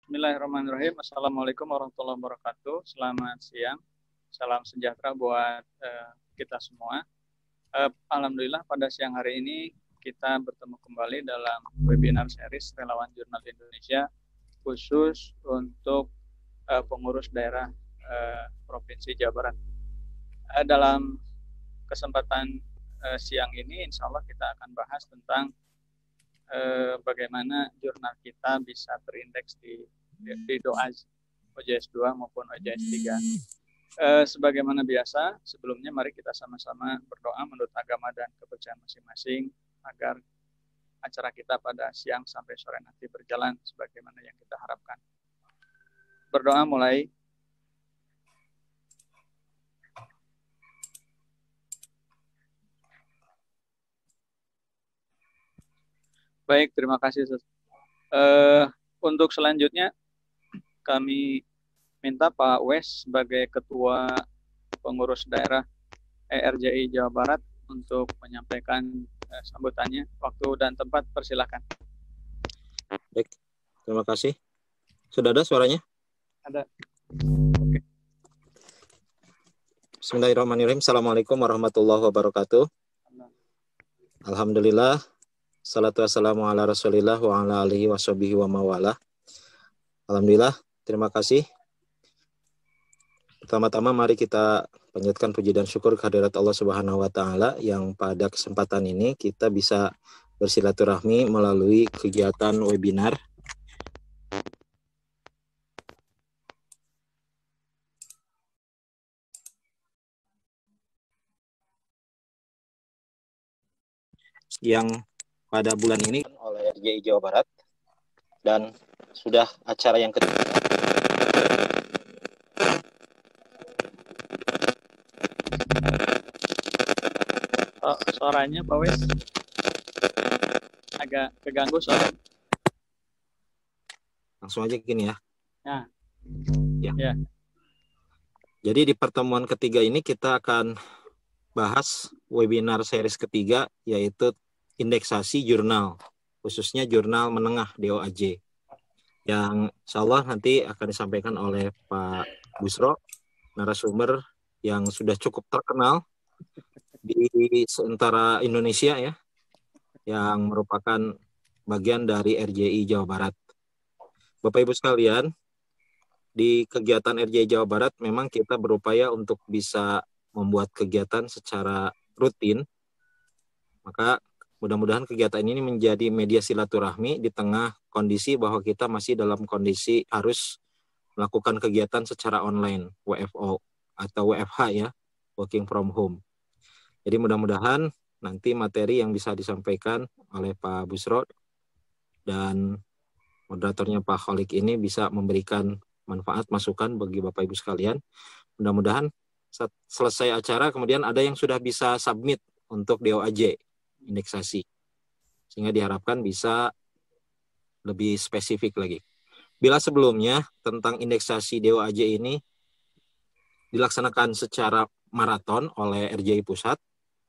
Bismillahirrahmanirrahim. Assalamualaikum warahmatullahi wabarakatuh. Selamat siang. Salam sejahtera buat kita semua. Alhamdulillah pada siang hari ini kita bertemu kembali dalam webinar series Relawan Jurnal Indonesia khusus untuk pengurus daerah Provinsi Jawa Barat. Dalam kesempatan siang ini insya Allah kita akan bahas tentang bagaimana jurnal kita bisa terindeks di DOAJ OJS 2 maupun OJS 3. Sebagaimana biasa, sebelumnya mari kita sama-sama berdoa menurut agama dan kepercayaan masing-masing agar acara kita pada siang sampai sore nanti berjalan sebagaimana yang kita harapkan. Berdoa mulai. Baik, terima kasih. Untuk selanjutnya kami minta Pak Wes sebagai Ketua Pengurus Daerah RJI Jawa Barat untuk menyampaikan sambutannya. Waktu dan tempat persilakan. Baik, terima kasih. Sudah ada suaranya? Ada. Oke. Bismillahirrahmanirrahim. Assalamualaikum warahmatullahi wabarakatuh. Alhamdulillah. Salatu wassalamu ala rasulillah wa ala alihi wa sahbihi wa mawalah. Alhamdulillah, terima kasih. Pertama-tama mari kita panjatkan puji dan syukur kehadirat Allah Subhanahu wa taala yang pada kesempatan ini kita bisa bersilaturahmi melalui kegiatan webinar yang pada bulan ini oleh RJI Jawa Barat dan sudah acara yang ketiga. Suaranya Pak Wes agak keganggu suara. Langsung aja gini ya. Ya. Jadi di pertemuan ketiga ini kita akan bahas webinar series ketiga yaitu indeksasi jurnal, khususnya jurnal menengah DOAJ, yang insya Allah nanti akan disampaikan oleh Pak Busro, narasumber yang sudah cukup terkenal di seantara Indonesia ya, yang merupakan bagian dari RJI Jawa Barat. Bapak Ibu sekalian, di kegiatan RJI Jawa Barat memang kita berupaya untuk bisa membuat kegiatan secara rutin, maka mudah-mudahan kegiatan ini menjadi media silaturahmi di tengah kondisi bahwa kita masih dalam kondisi harus melakukan kegiatan secara online, WFO atau WFH ya, working from home. Jadi mudah-mudahan nanti materi yang bisa disampaikan oleh Pak Busro dan moderatornya Pak Kholik ini bisa memberikan manfaat, masukan bagi Bapak Ibu sekalian. Mudah-mudahan saat selesai acara kemudian ada yang sudah bisa submit untuk DOAJ indeksasi, sehingga diharapkan bisa lebih spesifik lagi. Bila sebelumnya tentang indeksasi DOAJ ini dilaksanakan secara maraton oleh RJI Pusat,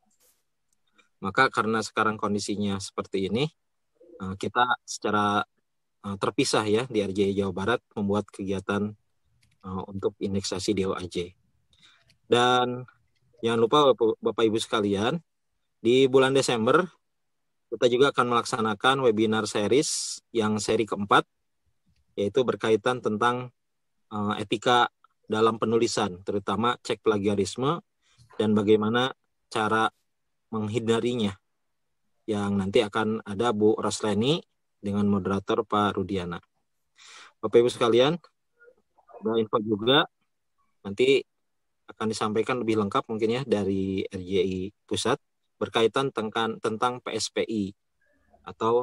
maka karena sekarang kondisinya seperti ini, kita secara terpisah ya di RJI Jawa Barat membuat kegiatan untuk indeksasi DOAJ. Dan jangan lupa Bapak Ibu sekalian, di bulan Desember, kita juga akan melaksanakan webinar series yang seri keempat, yaitu berkaitan tentang etika dalam penulisan, terutama cek plagiarisme dan bagaimana cara menghindarinya, yang nanti akan ada Bu Rosleni dengan moderator Pak Rudiana. Bapak Ibu sekalian, ada info juga, nanti akan disampaikan lebih lengkap mungkin ya dari RJI Pusat, berkaitan tentang PSPI atau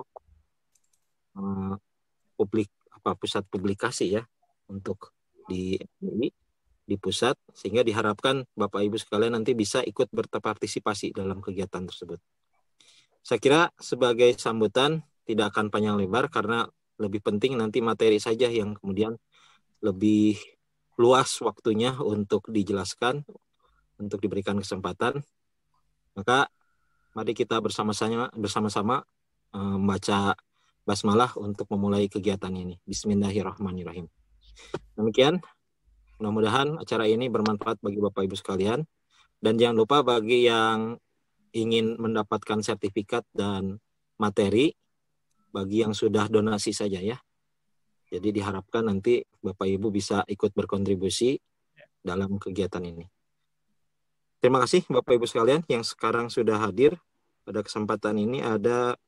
pusat publikasi ya untuk di pusat, sehingga diharapkan Bapak Ibu sekalian nanti bisa ikut berpartisipasi dalam kegiatan tersebut. Saya kira sebagai sambutan tidak akan panjang lebar karena lebih penting nanti materi saja yang kemudian lebih luas waktunya untuk dijelaskan, untuk diberikan kesempatan. Maka mari kita bersama-sama membaca basmalah untuk memulai kegiatan ini. Bismillahirrahmanirrahim. Demikian, mudah-mudahan acara ini bermanfaat bagi Bapak Ibu sekalian. Dan jangan lupa bagi yang ingin mendapatkan sertifikat dan materi, bagi yang sudah donasi saja ya. Jadi diharapkan nanti Bapak Ibu bisa ikut berkontribusi dalam kegiatan ini. Terima kasih Bapak Ibu sekalian yang sekarang sudah hadir. Pada kesempatan ini ada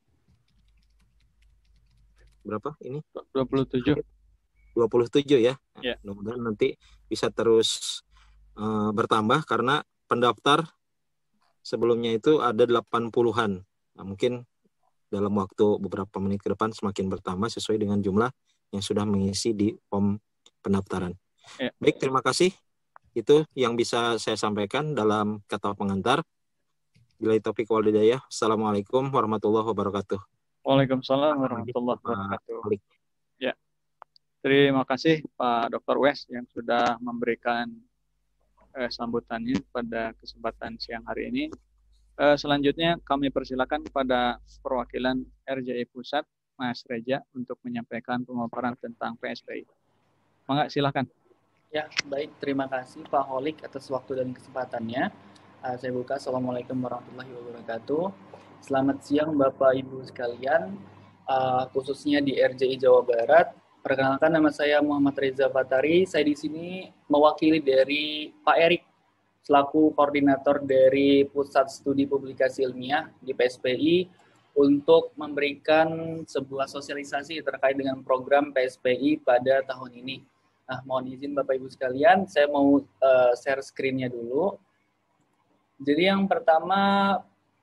berapa ini? 27. 27 ya. Ya. Mudah-mudahan nanti bisa terus bertambah karena pendaftar sebelumnya itu ada 80-an. Nah, mungkin dalam waktu beberapa menit ke depan semakin bertambah sesuai dengan jumlah yang sudah mengisi di form pendaftaran. Ya. Baik, terima kasih. Itu yang bisa saya sampaikan dalam kata pengantar. Billahi taufiq wal hidayah. Assalamualaikum warahmatullahi wabarakatuh. Waalaikumsalam warahmatullahi wabarakatuh. Ya. Terima kasih Pak Dr. Wes yang sudah memberikan sambutannya pada kesempatan siang hari ini. Selanjutnya kami persilakan kepada perwakilan RJI Pusat, Mas Reja, untuk menyampaikan pemaparan tentang PSPI. Mangga, silakan. Ya, baik. Terima kasih Pak Holik atas waktu dan kesempatannya. Saya buka. Assalamualaikum warahmatullahi wabarakatuh. Selamat siang Bapak Ibu sekalian, khususnya di RJI Jawa Barat. Perkenalkan, nama saya Muhammad Reza Batari. Saya di sini mewakili dari Pak Erik selaku koordinator dari Pusat Studi Publikasi Ilmiah di PSPI untuk memberikan sebuah sosialisasi terkait dengan program PSPI pada tahun ini. Nah, mohon izin Bapak Ibu sekalian, saya mau share screen-nya dulu. Jadi yang pertama,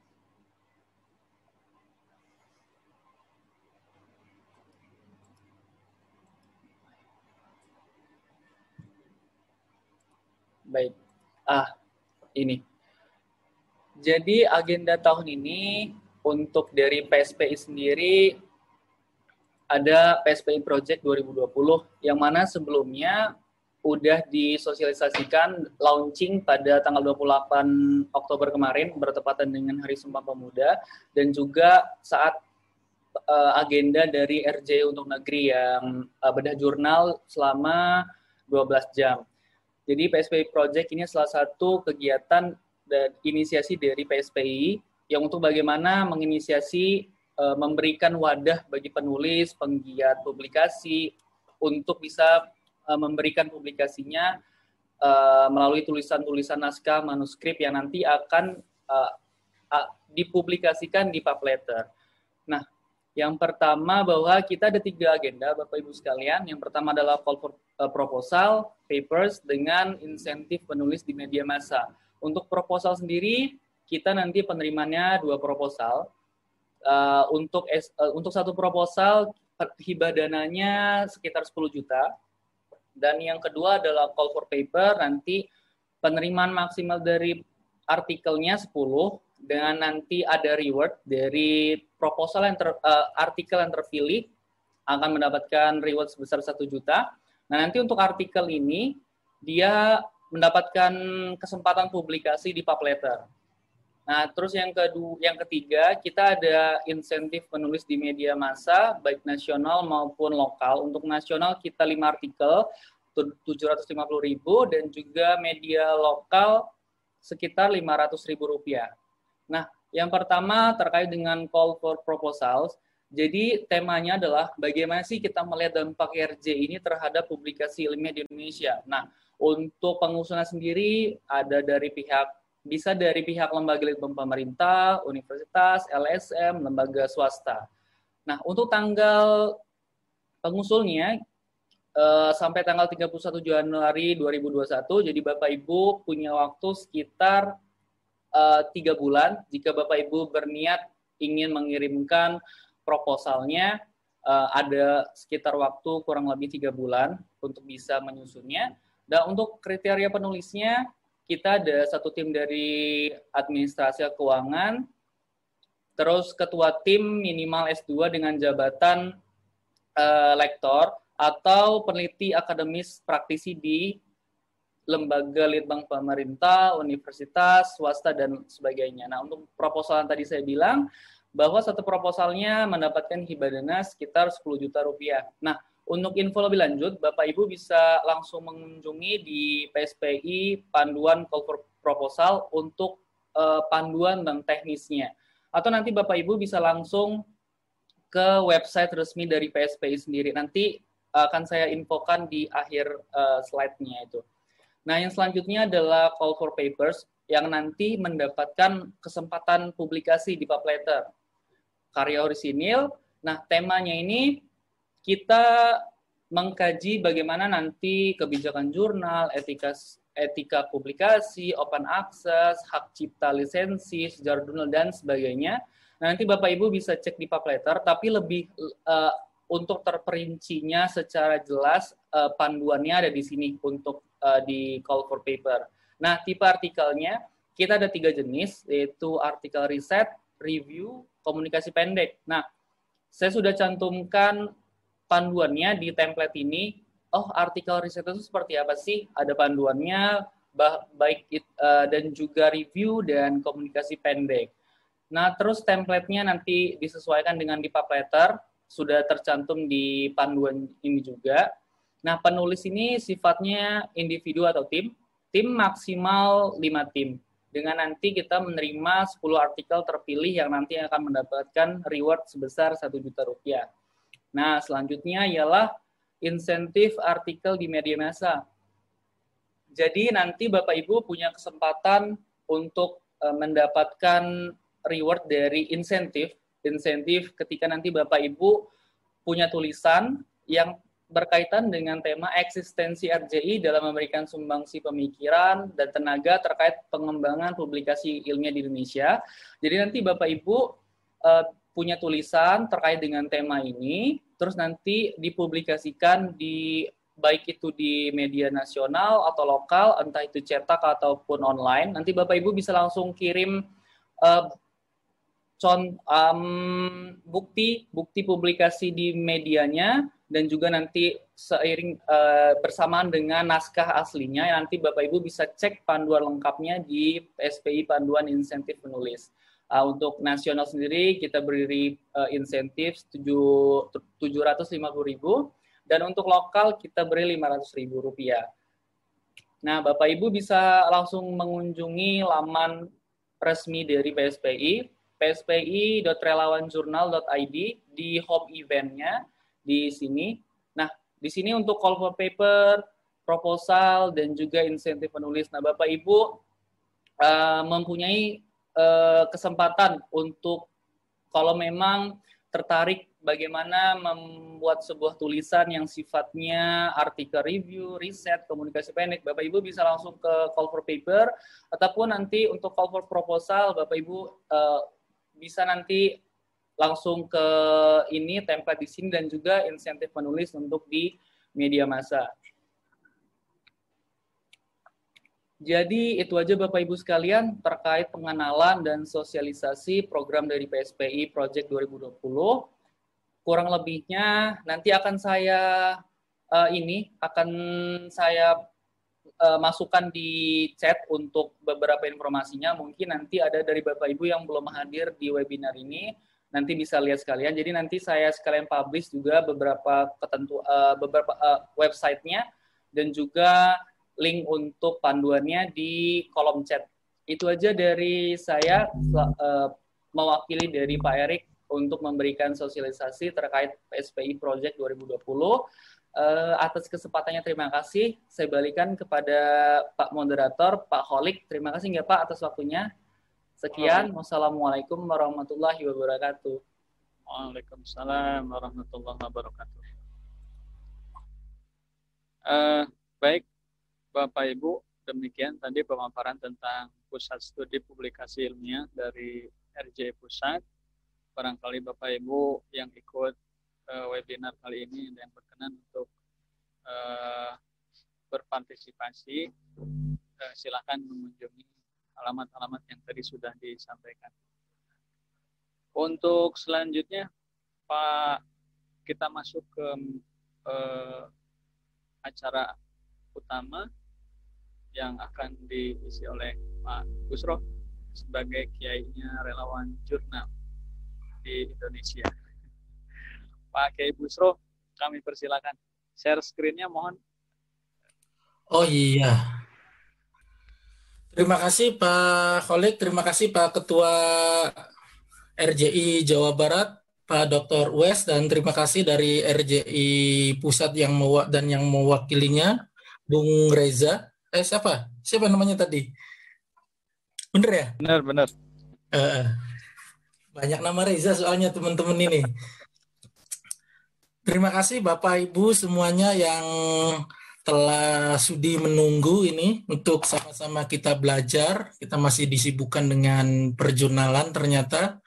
baik. Ini. Jadi agenda tahun ini untuk dari PSPI sendiri ada PSPI Project 2020 yang mana sebelumnya udah disosialisasikan launching pada tanggal 28 Oktober kemarin bertepatan dengan Hari Sumpah Pemuda, dan juga saat agenda dari RJ untuk negeri yang bedah jurnal selama 12 jam. Jadi PSPI Project ini salah satu kegiatan dan inisiasi dari PSPI yang untuk bagaimana menginisiasi memberikan wadah bagi penulis, penggiat publikasi untuk bisa memberikan publikasinya melalui tulisan-tulisan naskah manuskrip yang nanti akan dipublikasikan di pub letter. Nah, yang pertama bahwa kita ada 3 agenda Bapak Ibu sekalian. Yang pertama adalah call for proposal, papers dengan insentif penulis di media massa. Untuk proposal sendiri kita nanti penerimanya 2 proposal. Untuk satu proposal hibah dananya sekitar 10 juta. Dan yang kedua adalah call for paper, nanti penerimaan maksimal dari artikelnya 10 dengan nanti ada reward dari proposal artikel yang terpilih akan mendapatkan reward sebesar 1 juta. Nah, nanti untuk artikel ini dia mendapatkan kesempatan publikasi di pub letter. Nah, terus yang ketiga kita ada insentif penulis di media massa baik nasional maupun lokal. Untuk nasional kita 5 artikel 750.000 dan juga media lokal sekitar Rp500.000. Nah, yang pertama terkait dengan call for proposals. Jadi temanya adalah bagaimana sih kita melihat dampak RJ ini terhadap publikasi ilmiah di Indonesia. Nah, untuk pengusulan sendiri ada bisa dari pihak lembaga litbang pemerintah, universitas, LSM, lembaga swasta. Nah, untuk tanggal pengusulnya sampai tanggal 31 Januari 2021, jadi Bapak Ibu punya waktu sekitar 3 bulan. Jika Bapak Ibu berniat ingin mengirimkan proposalnya, ada sekitar waktu kurang lebih 3 bulan untuk bisa menyusunnya. Dan untuk kriteria penulisnya, kita ada 1 tim dari administrasi keuangan, terus ketua tim minimal S2 dengan jabatan lektor atau peneliti akademis praktisi di lembaga litbang pemerintah, universitas, swasta, dan sebagainya. Nah, untuk proposal yang tadi saya bilang, bahwa satu proposalnya mendapatkan hibah dana sekitar 10 juta rupiah. Nah, untuk info lebih lanjut, Bapak Ibu bisa langsung mengunjungi di PSPI Panduan Call for Proposal untuk panduan dan teknisnya. Atau nanti Bapak Ibu bisa langsung ke website resmi dari PSPI sendiri. Nanti akan saya infokan di akhir slide-nya itu. Nah, yang selanjutnya adalah call for papers yang nanti mendapatkan kesempatan publikasi di PubLetter. Karya orisinil. Nah, temanya ini kita mengkaji bagaimana nanti kebijakan jurnal, etika publikasi, open access, hak cipta lisensi, sejarah jurnal, dan sebagainya. Nah, nanti Bapak Ibu bisa cek di PubLetter, tapi lebih untuk terperincinya secara jelas panduannya ada di sini untuk di call for paper. Nah, tipe artikelnya kita ada 3 jenis, yaitu artikel riset, review, komunikasi pendek. Nah, saya sudah cantumkan panduannya di template ini. Oh, artikel riset itu seperti apa sih? Ada panduannya, baik dan juga review dan komunikasi pendek. Nah, terus template-nya nanti disesuaikan dengan di PubLetter, sudah tercantum di panduan ini juga. Nah, penulis ini sifatnya individu atau tim maksimal 5 tim. Dengan nanti kita menerima 10 artikel terpilih yang nanti akan mendapatkan reward sebesar 1 juta rupiah. Nah, selanjutnya ialah insentif artikel di media massa. Jadi nanti Bapak Ibu punya kesempatan untuk mendapatkan reward dari insentif ketika nanti Bapak Ibu punya tulisan yang berkaitan dengan tema eksistensi RJI dalam memberikan sumbangsi pemikiran dan tenaga terkait pengembangan publikasi ilmiah di Indonesia. Jadi nanti Bapak Ibu punya tulisan terkait dengan tema ini, terus nanti dipublikasikan di baik itu di media nasional atau lokal, entah itu cetak ataupun online. Nanti Bapak Ibu bisa langsung kirim bukti publikasi di medianya, dan juga nanti seiring bersamaan dengan naskah aslinya, nanti Bapak Ibu bisa cek panduan lengkapnya di PSPI Panduan Insentif Penulis. Untuk nasional sendiri kita beri insentif 750.000, dan untuk lokal kita beri 500.000 rupiah. Nah, Bapak Ibu bisa langsung mengunjungi laman resmi dari PSPI, pspi.relawanjurnal.id, di home event-nya di sini. Nah, di sini untuk call for paper, proposal, dan juga insentif penulis. Nah, Bapak Ibu mempunyai kesempatan untuk kalau memang tertarik bagaimana membuat sebuah tulisan yang sifatnya artikel review, riset, komunikasi pendek, Bapak Ibu bisa langsung ke call for paper, ataupun nanti untuk call for proposal, Bapak Ibu bisa nanti langsung ke ini template di sini, dan juga insentif penulis untuk di media massa. Jadi itu aja Bapak Ibu sekalian terkait pengenalan dan sosialisasi program dari PSPI Project 2020. Kurang lebihnya nanti akan saya masukkan di chat untuk beberapa informasinya. Mungkin nanti ada dari Bapak Ibu yang belum hadir di webinar ini, nanti bisa lihat sekalian. Jadi nanti saya sekalian publish juga beberapa websitenya, dan juga link untuk panduannya di kolom chat. Itu aja dari saya, mewakili dari Pak Erik untuk memberikan sosialisasi terkait PSPI Project 2020. Atas kesempatannya terima kasih. Saya balikan kepada Pak Moderator, Pak Kholik. Terima kasih nggak Pak atas waktunya. Sekian. Wassalamualaikum warahmatullahi wabarakatuh. Waalaikumsalam warahmatullahi wabarakatuh. Baik, Bapak Ibu, demikian tadi pemaparan tentang Pusat Studi Publikasi Ilmiah dari RJ Pusat. Barangkali Bapak Ibu yang ikut webinar kali ini dan yang berkenan untuk berpartisipasi, silakan mengunjungi alamat-alamat yang tadi sudah disampaikan. Untuk selanjutnya, Pak, kita masuk ke acara utama yang akan diisi oleh Pak Busro sebagai kiainya relawan jurnal. di Indonesia. Pak Kiai Busro, kami persilakan. Share screen-nya mohon. Oh iya. Terima kasih Pak Kholik, terima kasih Pak Ketua RJI Jawa Barat, Pak Dr. Wes, dan terima kasih dari RJI Pusat yang mewakilinya, Bung Reza. Siapa? Siapa namanya tadi? Bener ya? Benar. Banyak nama Reza soalnya teman-teman ini. Terima kasih Bapak Ibu semuanya yang telah sudi menunggu ini untuk sama-sama kita belajar. Kita masih disibukkan dengan perjurnalan ternyata.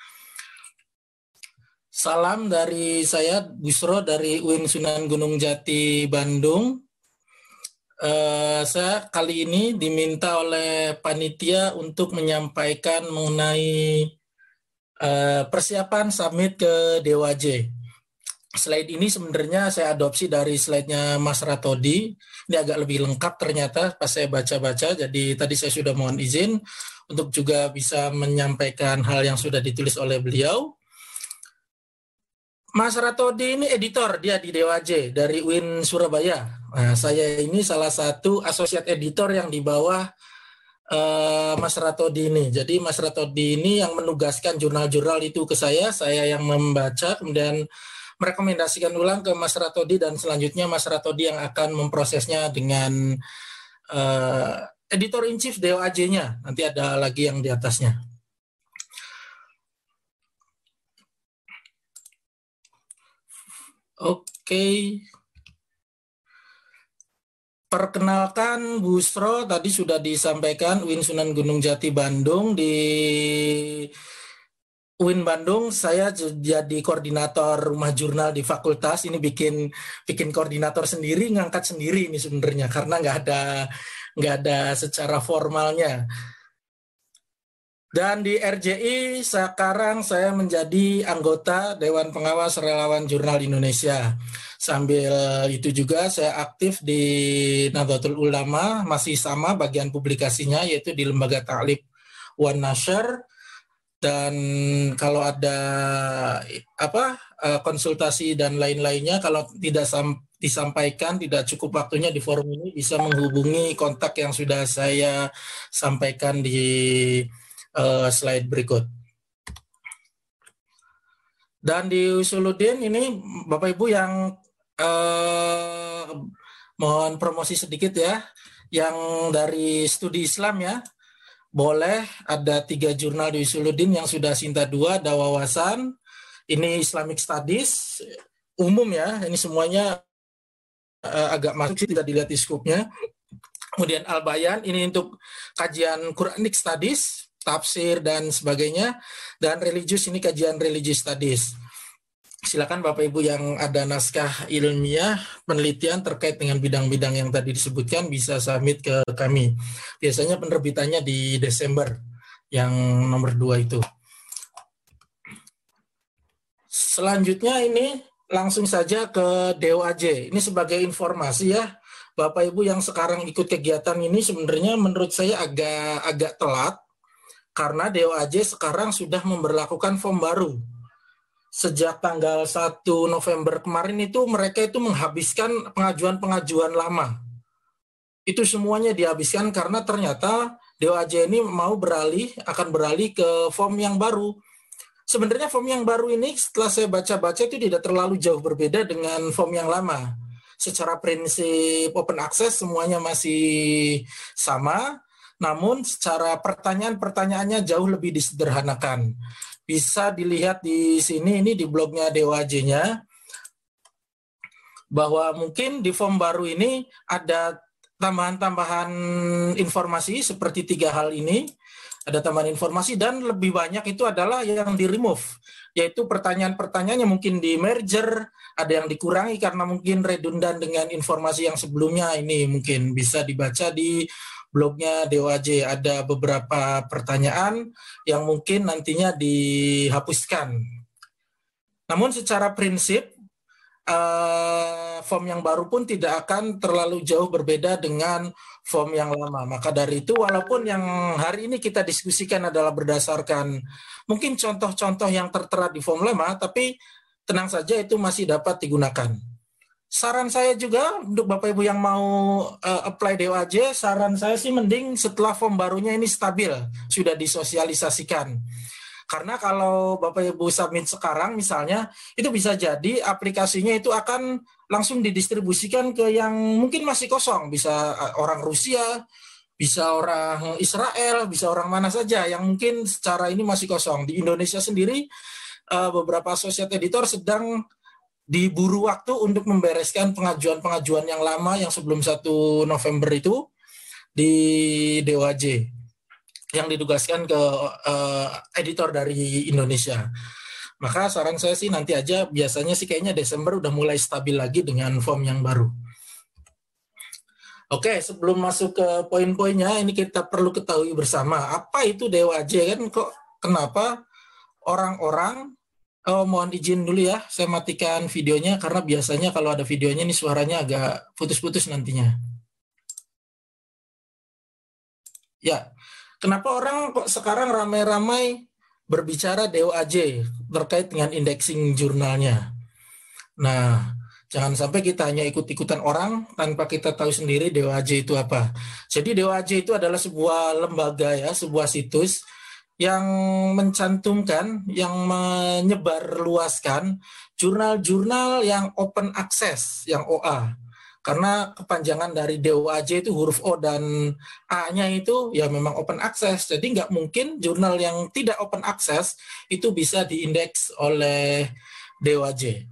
Salam dari saya, Busro dari UIN Sunan Gunung Jati, Bandung. Saya kali ini diminta oleh panitia untuk menyampaikan mengenai persiapan summit ke DOAJ. Slide ini sebenarnya saya adopsi dari slide-nya Mas Ratodi. Ini agak lebih lengkap ternyata pas saya baca-baca. Jadi tadi saya sudah mohon izin untuk juga bisa menyampaikan hal yang sudah ditulis oleh beliau. Mas Ratodi ini editor, dia di DOAJ dari UIN Surabaya. Nah, saya ini salah satu associate editor yang di bawah Mas Ratodi ini. Jadi Mas Ratodi ini yang menugaskan jurnal-jurnal itu ke saya yang membaca, kemudian merekomendasikan ulang ke Mas Ratodi, dan selanjutnya Mas Ratodi yang akan memprosesnya dengan editor in chief DOAJ-nya. Nanti ada lagi yang di atasnya. Oke. Perkenalkan, Busro tadi sudah disampaikan, UIN Sunan Gunung Jati Bandung. Di UIN Bandung saya jadi koordinator rumah jurnal di fakultas. Ini bikin koordinator sendiri, ngangkat sendiri ini sebenarnya karena nggak ada secara formalnya. Dan di RJI sekarang saya menjadi anggota Dewan Pengawas Relawan Jurnal Indonesia. Sambil itu juga saya aktif di Nahdlatul Ulama, masih sama bagian publikasinya yaitu di Lembaga Ta'lib Wan Nashr. Dan kalau ada konsultasi dan lain-lainnya, kalau tidak disampaikan, tidak cukup waktunya di forum ini, bisa menghubungi kontak yang sudah saya sampaikan di slide berikut. Dan di Usuluddin ini Bapak Ibu yang mohon promosi sedikit ya, yang dari studi Islam ya, boleh ada 3 jurnal di Usuluddin yang sudah Sinta 2, ada Wawasan, ini Islamic Studies, umum ya, ini semuanya agak masuk sih, tidak dilihat di skupnya. Kemudian Al-Bayan, ini untuk kajian Quranic Studies, tafsir dan sebagainya, dan religius ini kajian religious studies. Silakan Bapak Ibu yang ada naskah ilmiah penelitian terkait dengan bidang-bidang yang tadi disebutkan bisa submit ke kami. Biasanya penerbitannya di Desember yang nomor 2 itu. Selanjutnya ini langsung saja ke DOAJ. Ini sebagai informasi ya, Bapak Ibu yang sekarang ikut kegiatan ini sebenarnya menurut saya agak telat karena DOAJ sekarang sudah memberlakukan form baru. Sejak tanggal 1 November kemarin itu mereka itu menghabiskan pengajuan-pengajuan lama. Itu semuanya dihabiskan karena ternyata DOAJ ini akan beralih ke form yang baru. Sebenarnya form yang baru ini setelah saya baca-baca itu tidak terlalu jauh berbeda dengan form yang lama. Secara prinsip open access semuanya masih sama, namun secara pertanyaan-pertanyaannya jauh lebih disederhanakan. Bisa dilihat di sini, ini di blognya DOAJ-nya, bahwa mungkin di form baru ini ada tambahan-tambahan informasi seperti 3 hal ini. Ada tambahan informasi dan lebih banyak itu adalah yang di-remove, yaitu pertanyaan-pertanyaan yang mungkin di merger, ada yang dikurangi karena mungkin redundan dengan informasi yang sebelumnya. Ini mungkin bisa dibaca di blognya DOAJ, ada beberapa pertanyaan yang mungkin nantinya dihapuskan. Namun secara prinsip form yang baru pun tidak akan terlalu jauh berbeda dengan form yang lama. Maka dari itu, walaupun yang hari ini kita diskusikan adalah berdasarkan mungkin contoh-contoh yang tertera di form lama, tapi tenang saja itu masih dapat digunakan. Saran saya juga untuk Bapak Ibu yang mau apply DOAJ, saran saya sih mending setelah form barunya ini stabil, sudah disosialisasikan. Karena kalau Bapak Ibu submit sekarang misalnya, itu bisa jadi aplikasinya itu akan langsung didistribusikan ke yang mungkin masih kosong. Bisa orang Rusia, bisa orang Israel, bisa orang mana saja yang mungkin secara ini masih kosong. Di Indonesia sendiri, beberapa associate editor sedang diburu waktu untuk membereskan pengajuan-pengajuan yang lama yang sebelum 1 November itu di DOAJ yang ditugaskan ke editor dari Indonesia. Maka saran saya sih nanti aja, biasanya sih kayaknya Desember udah mulai stabil lagi dengan form yang baru. Oke, sebelum masuk ke poin-poinnya, ini kita perlu ketahui bersama, apa itu DOAJ kan, kok kenapa orang-orang, mohon izin dulu ya, saya matikan videonya, karena biasanya kalau ada videonya ini suaranya agak putus-putus nantinya. Ya, kenapa orang kok sekarang ramai-ramai berbicara DOAJ terkait dengan indexing jurnalnya? Nah, jangan sampai kita hanya ikut-ikutan orang tanpa kita tahu sendiri DOAJ itu apa. Jadi DOAJ itu adalah sebuah lembaga ya, sebuah situs yang mencantumkan, yang menyebarluaskan jurnal-jurnal yang open access, yang OA. Karena kepanjangan dari DOAJ itu huruf O dan A-nya itu ya memang open access. Jadi nggak mungkin jurnal yang tidak open access itu bisa diindeks oleh DOAJ.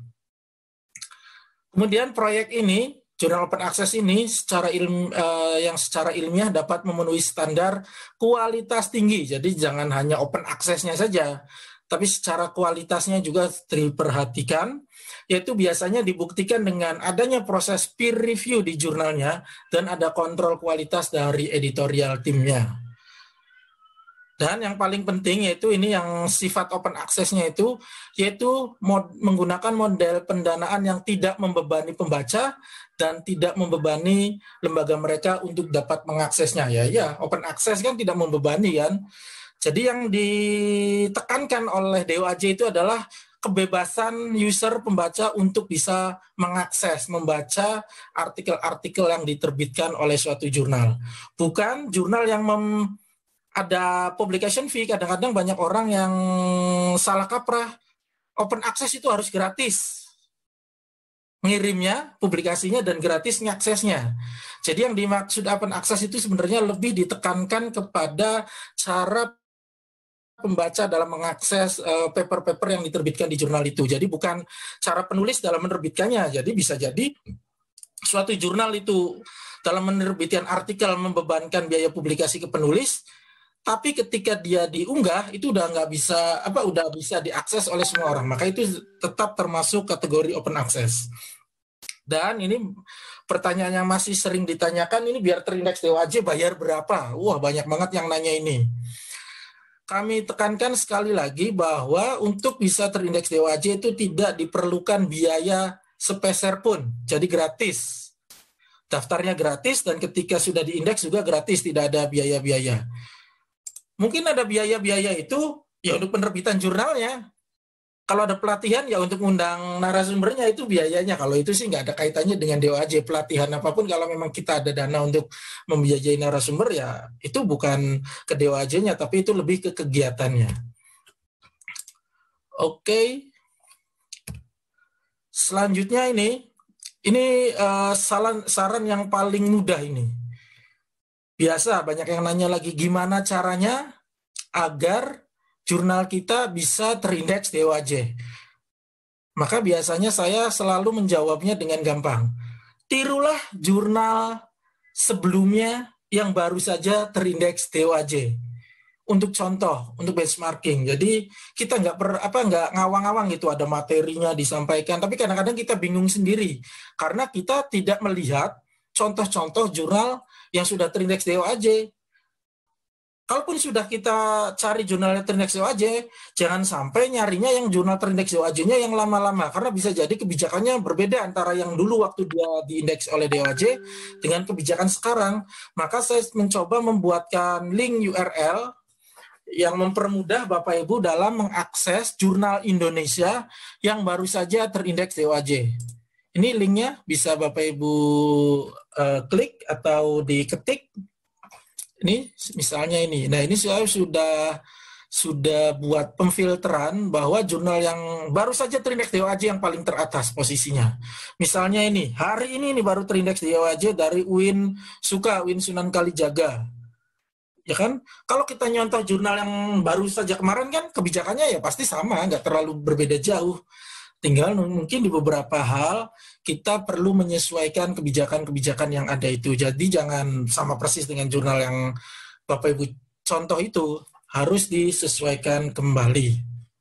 Kemudian proyek ini, jurnal open access ini yang secara ilmiah dapat memenuhi standar kualitas tinggi. Jadi jangan hanya open access-nya saja, tapi secara kualitasnya juga diperhatikan, yaitu biasanya dibuktikan dengan adanya proses peer review di jurnalnya dan ada kontrol kualitas dari editorial timnya. Dan yang paling penting yaitu ini yang sifat open access-nya itu, yaitu menggunakan model pendanaan yang tidak membebani pembaca dan tidak membebani lembaga mereka untuk dapat mengaksesnya. Ya, open access kan tidak membebani kan. Jadi yang ditekankan oleh DOAJ itu adalah kebebasan user pembaca untuk bisa mengakses, membaca artikel-artikel yang diterbitkan oleh suatu jurnal. Bukan jurnal yang ada publication fee. Kadang-kadang banyak orang yang salah kaprah. Open access itu harus gratis. Ngirimnya, publikasinya, dan gratis ngaksesnya. Jadi yang dimaksud open access itu sebenarnya lebih ditekankan kepada cara pembaca dalam mengakses paper-paper yang diterbitkan di jurnal itu. Jadi bukan cara penulis dalam menerbitkannya. Jadi bisa jadi suatu jurnal itu dalam menerbitkan artikel membebankan biaya publikasi ke penulis, tapi ketika dia diunggah itu udah bisa diakses oleh semua orang. Maka itu tetap termasuk kategori open access. Dan ini pertanyaan yang masih sering ditanyakan, ini biar terindeks DOAJ bayar berapa? Wah, banyak banget yang nanya ini. Kami tekankan sekali lagi bahwa untuk bisa terindeks DOAJ itu tidak diperlukan biaya sepeser pun. Jadi gratis. Daftarnya gratis dan ketika sudah diindeks juga gratis, tidak ada biaya-biaya. Mungkin ada biaya-biaya itu ya untuk penerbitan jurnalnya. Kalau ada pelatihan ya untuk undang narasumbernya itu biayanya. Kalau itu sih nggak ada kaitannya dengan DOAJ. Pelatihan apapun kalau memang kita ada dana untuk membiayai narasumber ya itu bukan ke DOAJ-nya tapi itu lebih ke kegiatannya. Oke. Selanjutnya ini saran yang paling mudah ini. Biasa banyak yang nanya lagi gimana caranya agar jurnal kita bisa terindeks DOAJ. Maka biasanya saya selalu menjawabnya dengan gampang. Tirulah jurnal sebelumnya yang baru saja terindeks DOAJ. Untuk contoh, untuk benchmarking. Jadi kita nggak ngawang-ngawang gitu, ada materinya disampaikan. Tapi kadang-kadang kita bingung sendiri. Karena kita tidak melihat contoh-contoh jurnal yang sudah terindeks DOAJ. kalaupun sudah kita cari jurnalnya terindeks DOAJ, jangan sampai nyarinya yang jurnal terindeks DOAJ-nya yang lama-lama, karena bisa jadi kebijakannya berbeda antara yang dulu waktu dia diindeks oleh DOAJ dengan kebijakan sekarang. Maka saya mencoba membuatkan link URL yang mempermudah Bapak Ibu dalam mengakses jurnal Indonesia yang baru saja terindeks DOAJ. Ini linknya bisa Bapak Ibu klik atau diketik. Ini misalnya ini. Nah, ini saya sudah buat pemfilteran bahwa jurnal yang baru saja terindeks DOAJ yang paling teratas posisinya. Misalnya ini, hari ini baru terindeks DOAJ dari UIN Suka, UIN Sunan Kalijaga. Ya kan? Kalau kita nyontoh jurnal yang baru saja kemarin kan kebijakannya ya pasti sama, nggak terlalu berbeda jauh. Tinggal mungkin di beberapa hal kita perlu menyesuaikan kebijakan-kebijakan yang ada itu. Jadi jangan sama persis dengan jurnal yang Bapak Ibu contoh itu, harus disesuaikan kembali.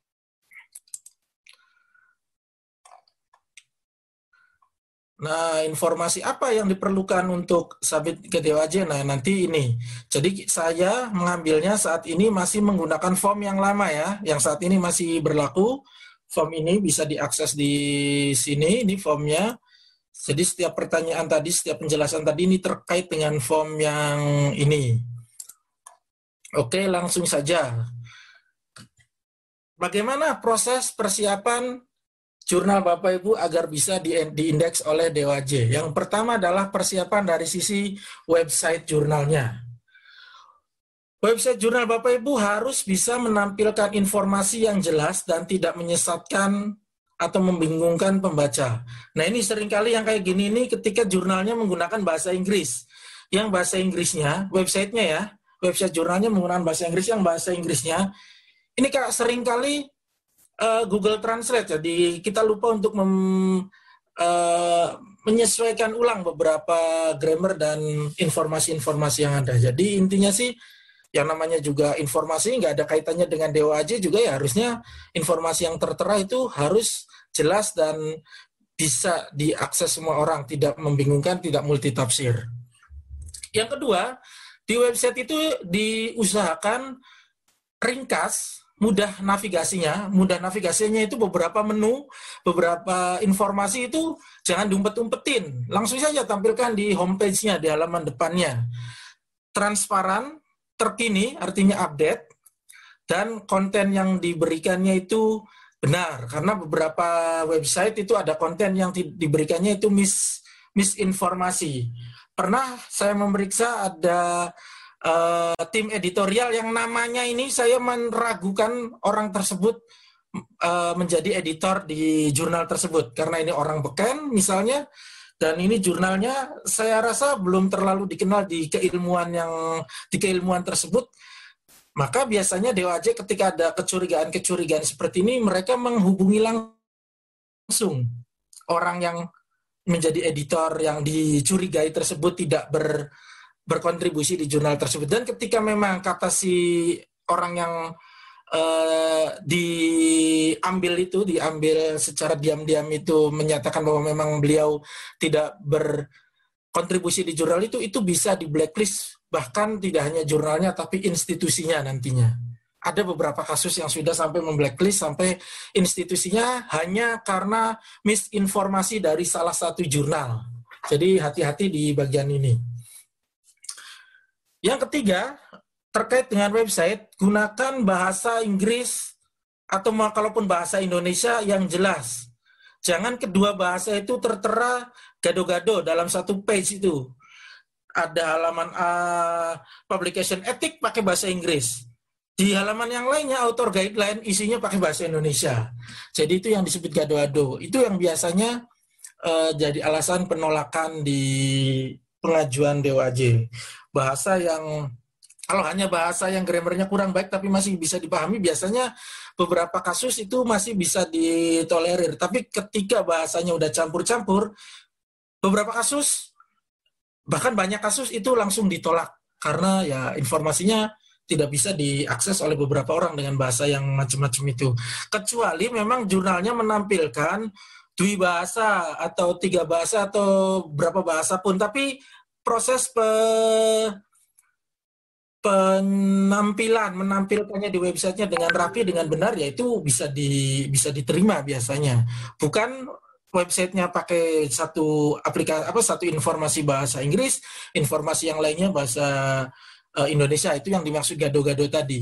Nah, informasi apa yang diperlukan untuk submit ke DOAJ? Nah, nanti ini. Jadi saya mengambilnya saat ini masih menggunakan form yang lama ya, yang saat ini masih berlaku. Form ini bisa diakses di sini, ini formnya. Jadi setiap pertanyaan tadi, setiap penjelasan tadi ini terkait dengan form yang ini. Oke, langsung saja. Bagaimana proses persiapan jurnal Bapak Ibu agar bisa diindeks oleh DOAJ? Yang pertama adalah persiapan dari sisi website jurnalnya. Website jurnal Bapak Ibu harus bisa menampilkan informasi yang jelas dan tidak menyesatkan atau membingungkan pembaca. Nah, ini seringkali yang kayak gini ini ketika jurnalnya menggunakan bahasa Inggris. Yang bahasa Inggrisnya, websitenya ya, website jurnalnya menggunakan bahasa Inggris, yang bahasa Inggrisnya ini seringkali Google Translate. Jadi kita lupa untuk menyesuaikan ulang beberapa grammar dan informasi-informasi yang ada. Jadi intinya sih yang namanya juga informasi nggak ada kaitannya dengan DOAJ juga ya, harusnya informasi yang tertera itu harus jelas dan bisa diakses semua orang, tidak membingungkan, tidak multitafsir. Yang kedua, di website itu diusahakan ringkas, mudah navigasinya. Mudah navigasinya itu beberapa menu, beberapa informasi itu jangan diumpet-umpetin, langsung saja tampilkan di homepage-nya, di halaman depannya. Transparan, terkini, artinya update, dan konten yang diberikannya itu benar. Karena beberapa website itu ada konten yang diberikannya itu misinformasi. Pernah saya memeriksa ada tim editorial yang namanya ini saya meragukan orang tersebut menjadi editor di jurnal tersebut. Karena ini orang beken misalnya, dan ini jurnalnya saya rasa belum terlalu dikenal di keilmuan tersebut. Maka biasanya DOAJ ketika ada kecurigaan seperti ini, mereka menghubungi langsung orang yang menjadi editor yang dicurigai tersebut tidak berkontribusi di jurnal tersebut. Dan ketika memang kata si orang yang diambil secara diam-diam itu menyatakan bahwa memang beliau tidak berkontribusi di jurnal itu bisa di blacklist, bahkan tidak hanya jurnalnya tapi institusinya nantinya. Ada beberapa kasus yang sudah sampai memblacklist sampai institusinya hanya karena misinformasi dari salah satu jurnal. Jadi hati-hati di bagian ini. Yang ketiga, terkait dengan website, gunakan bahasa Inggris atau kalaupun bahasa Indonesia yang jelas. Jangan kedua bahasa itu tertera gado-gado dalam satu page itu. Ada halaman publication ethic pakai bahasa Inggris. Di halaman yang lainnya author guideline isinya pakai bahasa Indonesia. Jadi itu yang disebut gado-gado. Itu yang biasanya jadi alasan penolakan di pengajuan DOAJ. Bahasa yang kalau hanya bahasa yang grammarnya kurang baik tapi masih bisa dipahami, biasanya beberapa kasus itu masih bisa ditolerir. Tapi ketika bahasanya udah campur-campur, beberapa kasus, bahkan banyak kasus itu langsung ditolak. Karena ya informasinya tidak bisa diakses oleh beberapa orang dengan bahasa yang macam-macam itu. Kecuali memang jurnalnya menampilkan 2 bahasa atau 3 bahasa atau berapa bahasa pun. Tapi proses menampilkannya di websitenya dengan rapi, dengan benar, ya itu bisa diterima biasanya. Bukan websitenya pakai satu aplikasi satu informasi bahasa Inggris, informasi yang lainnya bahasa Indonesia, itu yang dimaksud gado-gado tadi.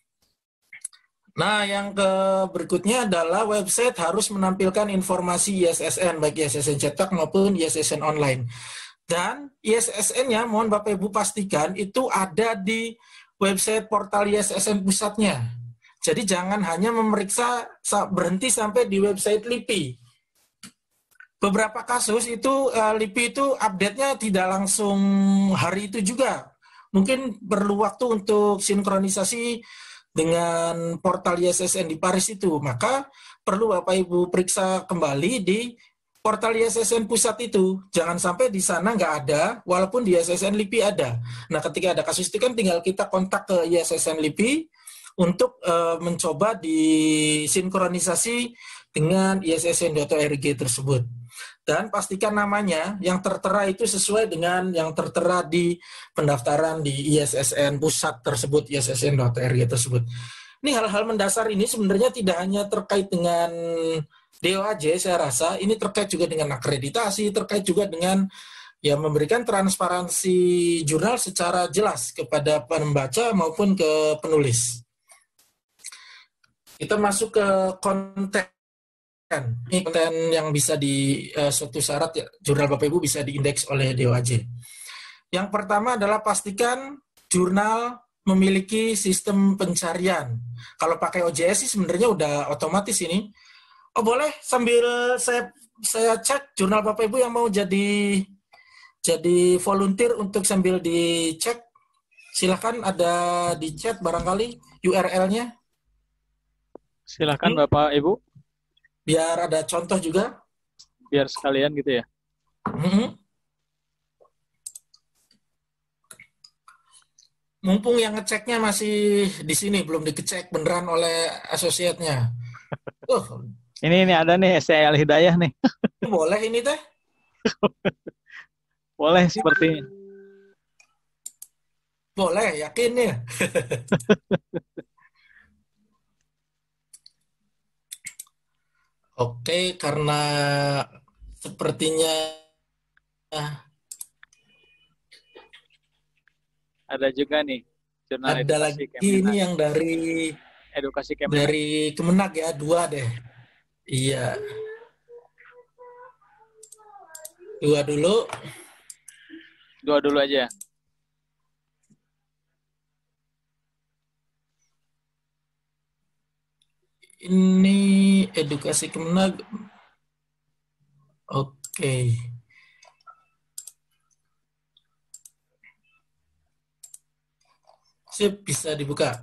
Nah, yang berikutnya adalah website harus menampilkan informasi ISSN, baik ISSN cetak maupun ISSN online. Dan ISSN-nya, mohon Bapak Ibu pastikan itu ada di website portal ISSN pusatnya. Jadi jangan hanya memeriksa berhenti sampai di website LIPI. Beberapa kasus itu LIPI itu update-nya tidak langsung hari itu juga. Mungkin perlu waktu untuk sinkronisasi dengan portal ISSN di Paris itu. Maka perlu Bapak Ibu periksa kembali di portal ISSN pusat itu. Jangan sampai di sana nggak ada, walaupun di ISSN LIPI ada. Nah, ketika ada kasus itu kan tinggal kita kontak ke ISSN LIPI untuk mencoba disinkronisasi dengan ISSN.org tersebut. Dan pastikan namanya yang tertera itu sesuai dengan yang tertera di pendaftaran di ISSN pusat tersebut, ISSN.org tersebut. Ini hal-hal mendasar ini sebenarnya tidak hanya terkait dengan DOAJ, saya rasa ini terkait juga dengan akreditasi, terkait juga dengan memberikan transparansi jurnal secara jelas kepada pembaca maupun ke penulis. Kita masuk ke konten. Ini konten yang bisa suatu syarat ya, jurnal Bapak Ibu bisa diindeks oleh DOAJ. Yang pertama adalah pastikan jurnal memiliki sistem pencarian. Kalau pakai OJS sih sebenarnya udah otomatis ini. Oh boleh, sambil saya cek jurnal Bapak Ibu yang mau jadi volunteer untuk sambil dicek, silahkan ada di chat barangkali URL-nya. Silahkan Bapak Ibu. Biar ada contoh juga. Biar sekalian gitu ya. Mumpung yang ngeceknya masih di sini, belum dicek beneran oleh asosiatnya. Ini ada nih SCI Al Hidayah nih. Boleh ini teh? Boleh seperti. Boleh, yakin ya? Oke, karena sepertinya ada juga nih jurnal ada lagi ini yang dari edukasi Kemenag. Dari Kemenag ya, 2 deh. Iya. 2 dulu. 2 dulu aja. Ini edukasi Kemenag. Oke. Sip, bisa dibuka.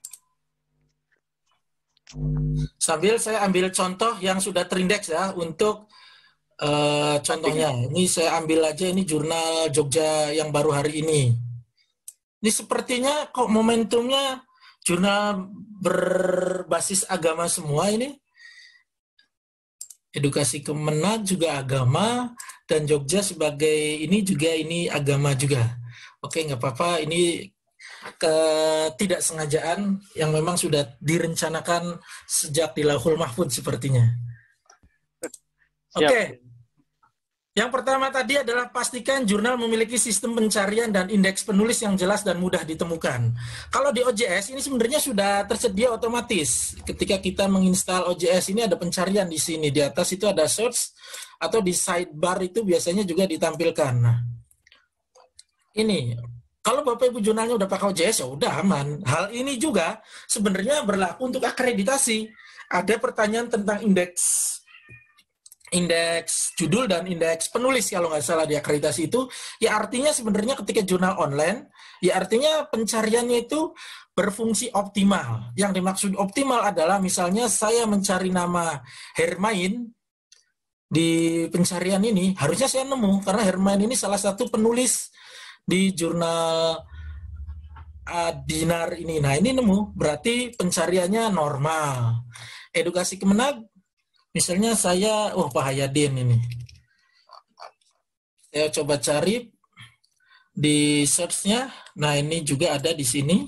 Sambil saya ambil contoh yang sudah terindeks ya untuk contohnya. Ini saya ambil aja ini jurnal Jogja yang baru hari ini. Ini sepertinya kok momentumnya jurnal berbasis agama semua ini. Edukasi Kemenag juga agama dan Jogja sebagai ini juga ini agama juga. Oke, nggak apa-apa. Ini ketidaksengajaan yang memang sudah direncanakan sejak di Lauhul Mahfudz sepertinya. Oke. Yang pertama tadi adalah pastikan jurnal memiliki sistem pencarian dan indeks penulis yang jelas dan mudah ditemukan. Kalau di OJS ini sebenarnya sudah tersedia otomatis. Ketika kita menginstal OJS ini ada pencarian di sini. Di atas itu ada search atau di sidebar itu biasanya juga ditampilkan. Nah, ini kalau Bapak Ibu jurnalnya udah pakai OJS ya udah aman. Hal ini juga sebenarnya berlaku untuk akreditasi. Ada pertanyaan tentang indeks judul dan indeks penulis kalau nggak salah di akreditasi itu, ya artinya sebenarnya ketika jurnal online, ya artinya pencariannya itu berfungsi optimal. Yang dimaksud optimal adalah misalnya saya mencari nama Hermain di pencarian ini, harusnya saya nemu karena Hermain ini salah satu penulis di jurnal Dinar ini. Nah ini nemu, berarti pencariannya normal. Edukasi Kemenag, misalnya saya, Pak Hayadin ini. Saya coba cari di search-nya. Nah, ini juga ada di sini.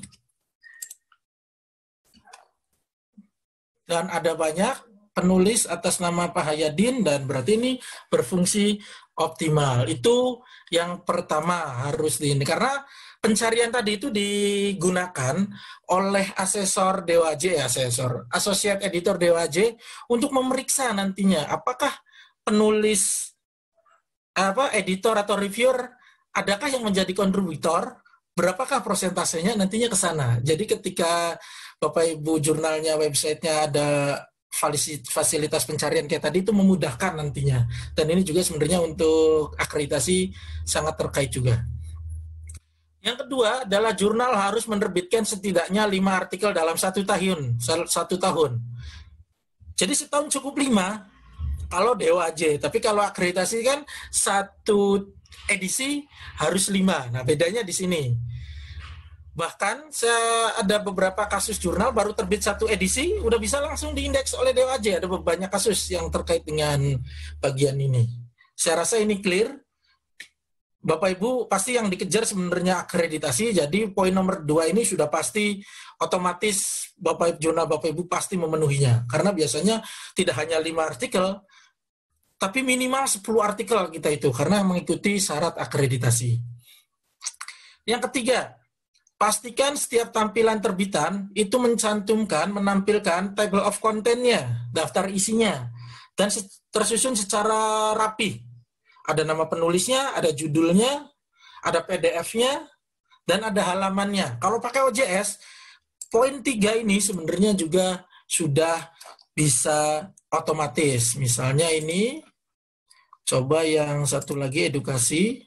Dan ada banyak penulis atas nama Pak Hayadin, dan berarti ini berfungsi optimal. Itu yang pertama harus di ini. Karena pencarian tadi itu digunakan oleh asesor DOAJ, associate editor DOAJ, untuk memeriksa nantinya apakah penulis editor atau reviewer adakah yang menjadi kontributor, berapakah persentasenya nantinya ke sana. Jadi ketika Bapak Ibu jurnalnya, websitenya ada fasilitas pencarian kayak tadi, itu memudahkan nantinya. Dan ini juga sebenarnya untuk akreditasi sangat terkait juga. Yang kedua adalah jurnal harus menerbitkan setidaknya 5 artikel dalam 1 tahun. Jadi setahun cukup 5 kalau DOAJ, tapi kalau akreditasi kan 1 edisi harus 5. Nah, bedanya di sini. Bahkan ada beberapa kasus jurnal baru terbit 1 edisi, udah bisa langsung diindeks oleh DOAJ. Ada banyak kasus yang terkait dengan bagian ini. Saya rasa ini clear. Bapak Ibu pasti yang dikejar sebenarnya akreditasi, jadi poin nomor 2 ini sudah pasti otomatis jurnal Bapak Ibu pasti memenuhinya. Karena biasanya tidak hanya 5 artikel, tapi minimal 10 artikel kita itu, karena mengikuti syarat akreditasi. Yang ketiga, pastikan setiap tampilan terbitan itu menampilkan table of content-nya, daftar isinya, dan tersusun secara rapi. Ada nama penulisnya, ada judulnya, ada PDF-nya, dan ada halamannya. Kalau pakai OJS, poin 3 ini sebenarnya juga sudah bisa otomatis. Misalnya ini, coba yang satu lagi, edukasi.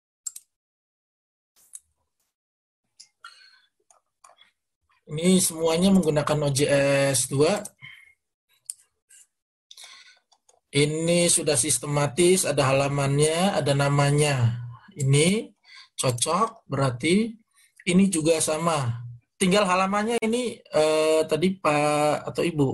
Ini semuanya menggunakan OJS 2. Ini sudah sistematis, ada halamannya, ada namanya. Ini cocok, berarti ini juga sama. Tinggal halamannya ini tadi Pak atau Ibu?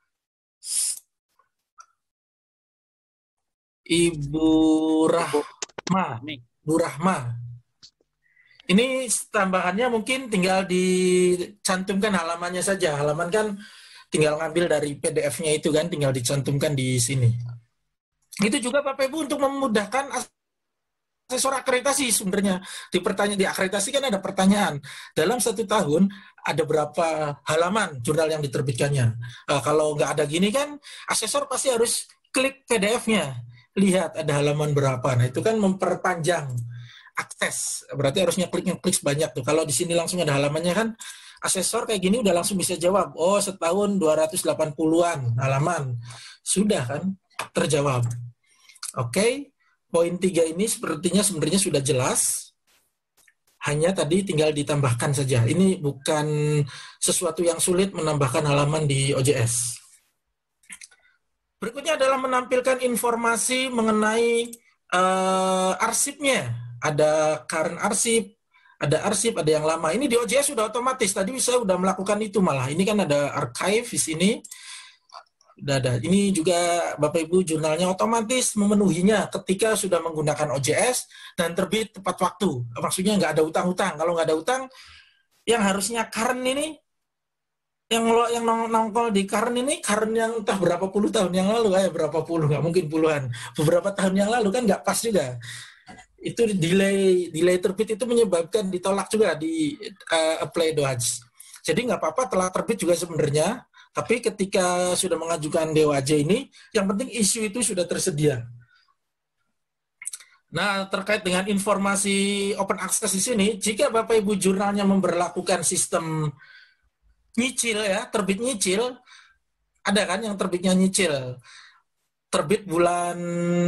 Ibu Rahma. Bu Rahma. Ini tambahannya mungkin tinggal dicantumkan halamannya saja. Halaman kan tinggal ngambil dari PDF-nya itu kan, tinggal dicantumkan di sini. Itu juga Bapak Ibu untuk memudahkan asesor akreditasi sebenarnya. Di akreditasi kan ada pertanyaan. Dalam 1 tahun ada berapa halaman jurnal yang diterbitkannya. Kalau nggak ada gini kan, asesor pasti harus klik PDF-nya. Lihat ada halaman berapa. Nah itu kan memperpanjang akses. Berarti harusnya klik banyak tuh. Kalau di sini langsung ada halamannya kan, asesor kayak gini udah langsung bisa jawab. Oh, setahun 280-an halaman. Sudah kan terjawab. Oke. Poin 3 ini sebenarnya sudah jelas. Hanya tadi tinggal ditambahkan saja. Ini bukan sesuatu yang sulit menambahkan halaman di OJS. Berikutnya adalah menampilkan informasi mengenai arsipnya. Ada current arsip, ada yang lama. Ini di OJS sudah otomatis. Tadi saya sudah melakukan itu malah. Ini kan ada archive di sini. Sudah ada. Ini juga Bapak Ibu jurnalnya otomatis memenuhinya ketika sudah menggunakan OJS dan terbit tepat waktu. Maksudnya nggak ada utang-utang. Kalau nggak ada utang, yang harusnya current ini, yang nongol di current ini, current yang entah berapa puluh tahun yang lalu, berapa puluh, nggak mungkin puluhan. Beberapa tahun yang lalu kan nggak pas juga. Itu delay terbit itu menyebabkan ditolak juga di apply DOAJ. Jadi nggak apa-apa telah terbit juga sebenarnya. Tapi ketika sudah mengajukan DOAJ ini, yang penting isu itu sudah tersedia. Nah, terkait dengan informasi open access di sini, jika Bapak Ibu jurnalnya memberlakukan sistem nyicil ya, terbit nyicil, ada kan yang terbitnya nyicil. Terbit bulan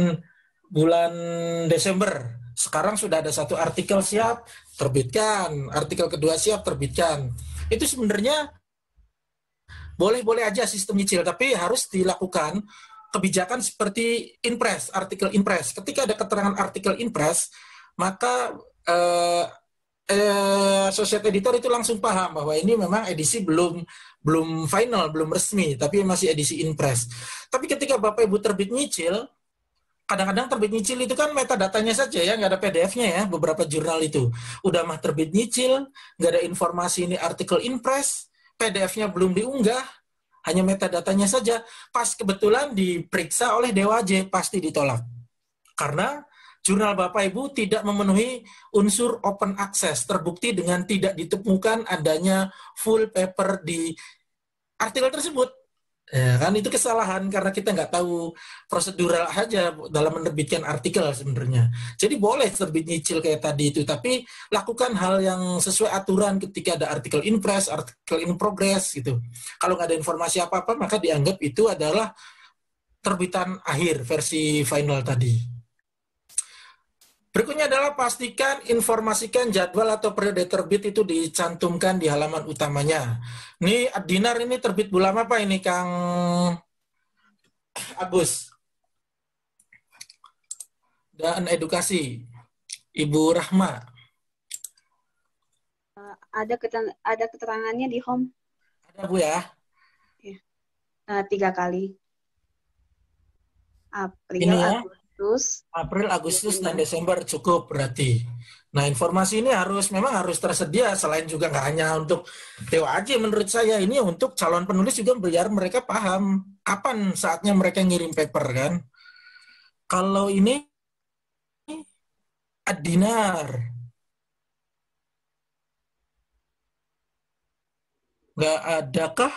Desember. Sekarang sudah ada 1 artikel siap, terbitkan. Artikel kedua siap, terbitkan. Itu sebenarnya boleh-boleh aja sistem nyicil, tapi harus dilakukan kebijakan seperti impress, artikel impress. Ketika ada keterangan artikel impress, maka associate editor itu langsung paham bahwa ini memang edisi belum final, belum resmi, tapi masih edisi impress. Tapi ketika Bapak Ibu terbit nyicil, kadang-kadang terbit nyicil itu kan metadatanya saja ya, nggak ada PDF-nya ya, beberapa jurnal itu. Udah mah terbit nyicil, nggak ada informasi ini artikel in press, PDF-nya belum diunggah, hanya metadatanya saja. Pas kebetulan diperiksa oleh DOAJ, pasti ditolak. Karena jurnal Bapak Ibu tidak memenuhi unsur open access, terbukti dengan tidak ditemukan adanya full paper di artikel tersebut. Ya, kan itu kesalahan karena kita nggak tahu prosedural aja dalam menerbitkan artikel sebenarnya. Jadi boleh terbit nyicil kayak tadi itu, tapi lakukan hal yang sesuai aturan ketika ada artikel in press, artikel in progress gitu. Kalau nggak ada informasi apa-apa, maka dianggap itu adalah terbitan akhir versi final tadi. Berikutnya adalah pastikan informasikan jadwal atau periode terbit itu dicantumkan di halaman utamanya. Ini Dinar ini terbit bulan apa ini Kang Agus? Dan edukasi Ibu Rahma. Ada keterangannya di home. Ada Bu ya? 3 kali. April, Ini ya? Agustus. April, Agustus, dan Desember cukup berarti. Nah, informasi ini memang harus tersedia, selain juga nggak hanya untuk DOAJ menurut saya, ini untuk calon penulis juga biar mereka paham kapan saatnya mereka ngirim paper kan. Kalau ini Dinar nggak adakah?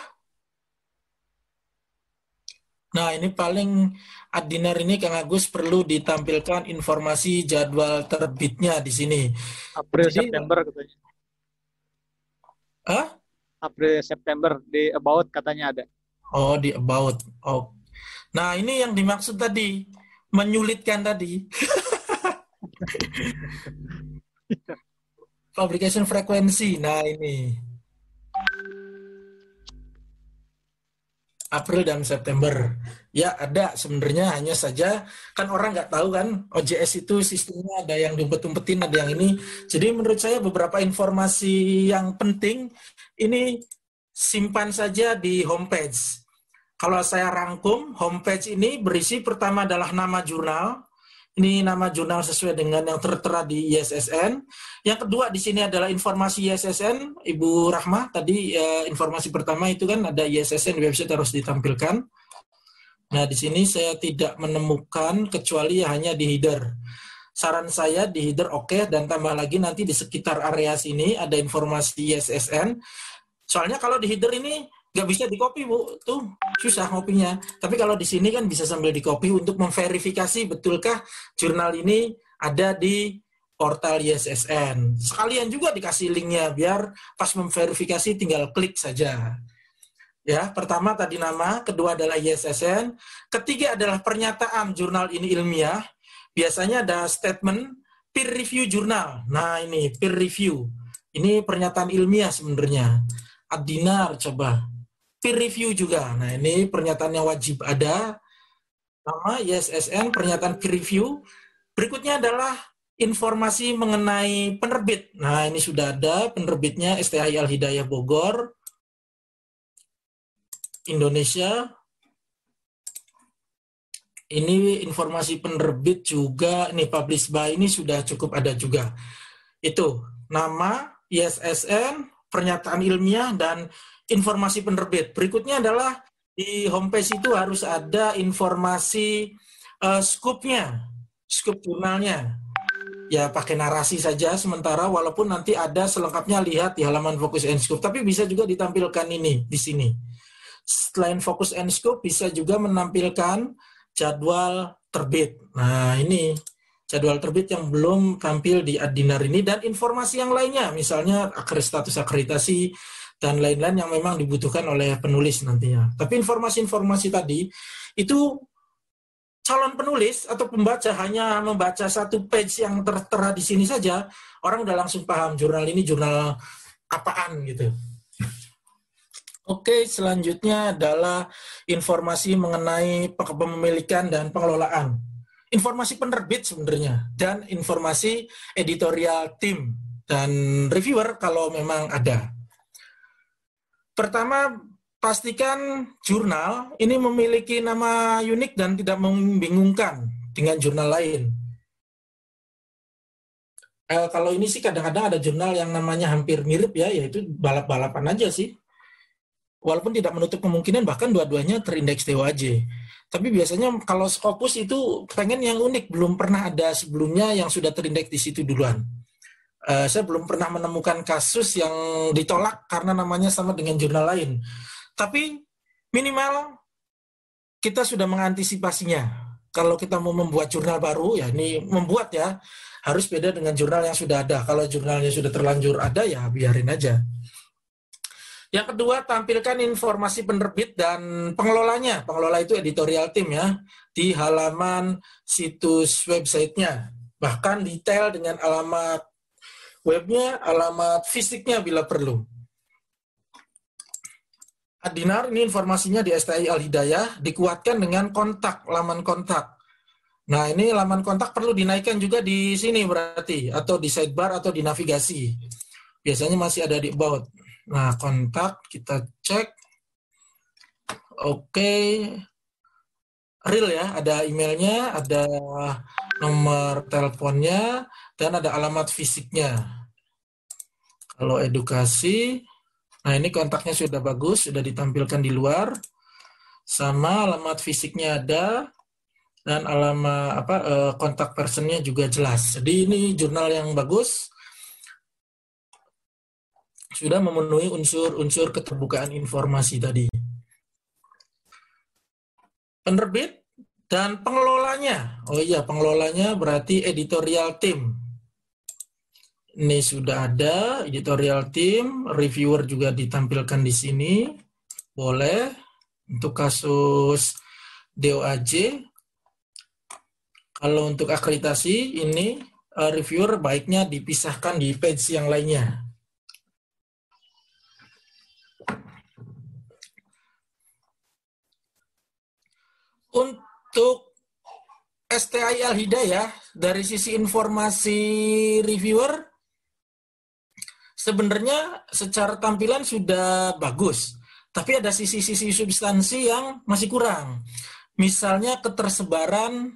Nah, ini paling Dinar ini Kang Agus perlu ditampilkan informasi jadwal terbitnya di sini. April Jadi, September katanya. Hah? April September di about katanya ada. Oh, di about. Oh. Nah, ini yang dimaksud tadi, menyulitkan tadi. Publication frekuensi. Nah, ini. April dan September. Ya, ada sebenarnya, hanya saja kan orang nggak tahu kan, OJS itu sistemnya ada yang diumpet-umpetin, ada yang ini. Jadi menurut saya beberapa informasi yang penting ini simpan saja di homepage. Kalau saya rangkum, homepage ini berisi pertama adalah nama jurnal. Ini nama jurnal sesuai dengan yang tertera di ISSN. Yang kedua di sini adalah informasi ISSN. Ibu Rahma tadi informasi pertama itu kan ada ISSN di website harus ditampilkan. Nah, di sini saya tidak menemukan kecuali hanya di header. Saran saya di header oke, dan tambah lagi nanti di sekitar area sini ada informasi ISSN. Soalnya kalau di header ini nggak bisa di-copy, Bu. Tuh, susah ngopinya. Tapi kalau di sini kan bisa sambil di-copy untuk memverifikasi betulkah jurnal ini ada di portal ISSN. Sekalian juga dikasih linknya, biar pas memverifikasi tinggal klik saja. Ya, pertama tadi nama, kedua adalah ISSN, ketiga adalah pernyataan jurnal ini ilmiah. Biasanya ada statement peer review jurnal. Nah, ini peer review. Ini pernyataan ilmiah sebenarnya. Dinar coba. Peer review juga. Nah, ini pernyataannya wajib ada. Nama ISSN, pernyataan peer review. Berikutnya adalah informasi mengenai penerbit. Nah, ini sudah ada penerbitnya STHI Al-Hidayah Bogor, Indonesia. Ini informasi penerbit juga. Ini publish by, ini sudah cukup ada juga. Itu nama, ISSN, pernyataan ilmiah, dan informasi penerbit. Berikutnya adalah di homepage itu harus ada informasi scoop-nya, scoop jurnalnya. Ya, pakai narasi saja sementara, walaupun nanti ada selengkapnya lihat di halaman Focus and Scoop. Tapi bisa juga ditampilkan ini di sini. Selain Focus and Scoop, bisa juga menampilkan jadwal terbit. Nah, ini jadwal terbit yang belum tampil di Dinar ini, dan informasi yang lainnya, misalnya status akreditasi, dan lain-lain yang memang dibutuhkan oleh penulis nantinya. Tapi informasi-informasi tadi, itu calon penulis atau pembaca hanya membaca satu page yang tertera di sini saja, orang udah langsung paham jurnal ini jurnal apaan gitu. Oke, selanjutnya adalah informasi mengenai kepemilikan dan pengelolaan. Informasi penerbit sebenarnya, dan informasi editorial tim dan reviewer kalau memang ada. Pertama, pastikan jurnal ini memiliki nama unik dan tidak membingungkan. dengan jurnal lain. Kalau ini sih kadang-kadang ada jurnal yang namanya hampir mirip ya, yaitu balap-balapan aja sih. Walaupun tidak menutup kemungkinan bahkan dua-duanya terindeks DOAJ. Tapi biasanya kalau Scopus itu pengen yang unik, belum pernah ada sebelumnya yang sudah terindeks di situ duluan. Saya belum pernah menemukan kasus yang ditolak karena namanya sama dengan jurnal lain. Tapi minimal kita sudah mengantisipasinya. Kalau kita mau membuat jurnal baru, ya ini membuat ya, harus beda dengan jurnal yang sudah ada. Kalau jurnalnya sudah terlanjur ada, ya biarin aja. Yang kedua, tampilkan informasi penerbit dan pengelolanya. Pengelola itu editorial team ya, di halaman situs websitenya. Bahkan detail dengan alamat webnya, alamat fisiknya bila perlu. Adinar, ini informasinya di STI Al-Hidayah, dikuatkan dengan kontak, laman kontak. Nah, ini laman kontak perlu dinaikkan juga di sini berarti, atau di sidebar atau di navigasi. Biasanya masih ada di about. Nah, kontak, kita cek. Oke. Real ya, ada emailnya, ada nomor teleponnya, dan ada alamat fisiknya. Kalau edukasi, nah ini kontaknya sudah bagus, sudah ditampilkan di luar. Sama alamat fisiknya ada, dan alamat kontak personnya juga jelas. Jadi ini jurnal yang bagus. Sudah memenuhi unsur-unsur keterbukaan informasi tadi. Penerbit dan pengelolanya. Oh iya, pengelolanya berarti editorial team. Ini sudah ada editorial team, reviewer juga ditampilkan di sini. Boleh untuk kasus DOAJ. Kalau untuk akreditasi ini reviewer baiknya dipisahkan di page yang lainnya. Untuk STI Al-Hidayah dari sisi informasi reviewer sebenarnya secara tampilan sudah bagus, tapi ada sisi-sisi substansi yang masih kurang. Misalnya ketersebaran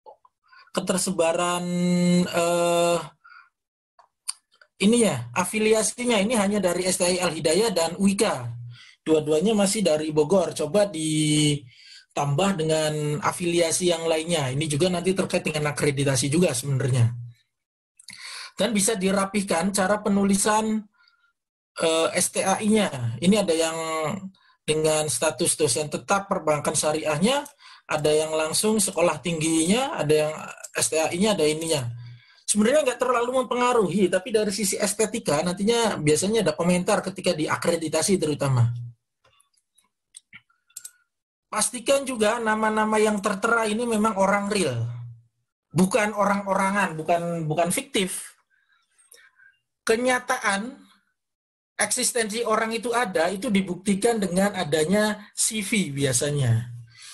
ini ya, afiliasinya ini hanya dari STI Al-Hidayah dan UIKA. Dua-duanya masih dari Bogor. Coba ditambah dengan afiliasi yang lainnya. Ini juga nanti terkait dengan akreditasi juga sebenarnya. Dan bisa dirapihkan cara penulisan STAI-nya. Ini ada yang dengan status dosen tetap perbankan syariahnya, ada yang langsung sekolah tingginya, ada yang STAI-nya, ada ininya. Sebenarnya nggak terlalu mempengaruhi, tapi dari sisi estetika nantinya biasanya ada komentar ketika diakreditasi terutama. Pastikan juga nama-nama yang tertera ini memang orang real. Bukan orang-orangan, bukan fiktif. Kenyataan eksistensi orang itu ada, itu dibuktikan dengan adanya CV biasanya.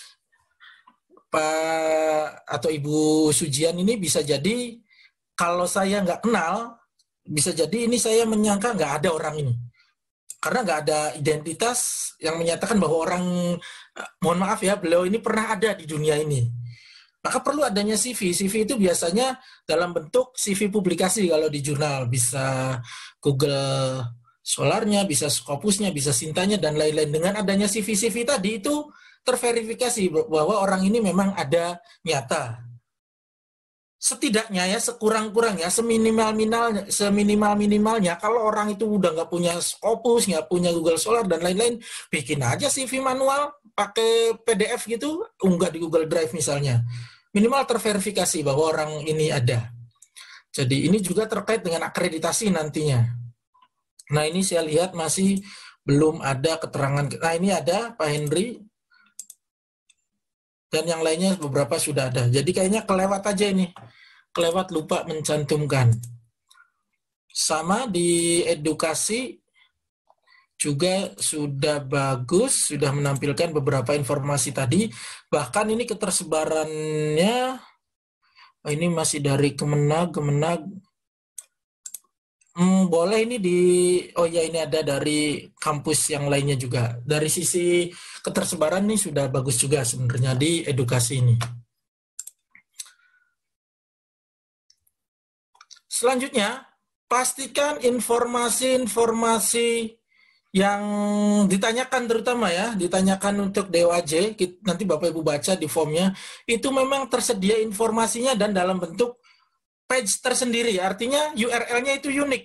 Pak atau Ibu Sujian ini bisa jadi, kalau saya nggak kenal, bisa jadi ini saya menyangka nggak ada orang ini. Karena nggak ada identitas yang menyatakan bahwa orang, mohon maaf ya, beliau ini pernah ada di dunia ini. Maka perlu adanya CV. CV itu biasanya dalam bentuk CV publikasi kalau di jurnal. Bisa Google Scholar-nya, bisa Scopus-nya, bisa Sintanya, dan lain-lain. Dengan adanya CV-CV tadi itu terverifikasi bahwa orang ini memang ada nyata. Setidaknya ya, sekurang-kurangnya, seminimal-minimalnya, kalau orang itu udah nggak punya Scopus, nggak punya Google Scholar, dan lain-lain, bikin aja CV manual, pakai PDF gitu, unggah di Google Drive misalnya. Minimal terverifikasi bahwa orang ini ada. Jadi ini juga terkait dengan akreditasi nantinya. Nah ini saya lihat masih belum ada keterangan. Nah ini ada Pak Henry. Dan yang lainnya beberapa sudah ada. Jadi kayaknya kelewat aja ini. Kelewat, lupa mencantumkan. Sama di edukasi juga sudah bagus, sudah menampilkan beberapa informasi tadi. Bahkan ini ketersebarannya, ini masih dari Kemenag. Boleh ini ini ada dari kampus yang lainnya juga. Dari sisi ketersebaran ini sudah bagus juga sebenarnya di edukasi ini. Selanjutnya, pastikan informasi-informasi yang ditanyakan terutama ya, ditanyakan untuk DOAJ, nanti Bapak Ibu baca di formnya, itu memang tersedia informasinya dan dalam bentuk page tersendiri, artinya URL-nya itu unik.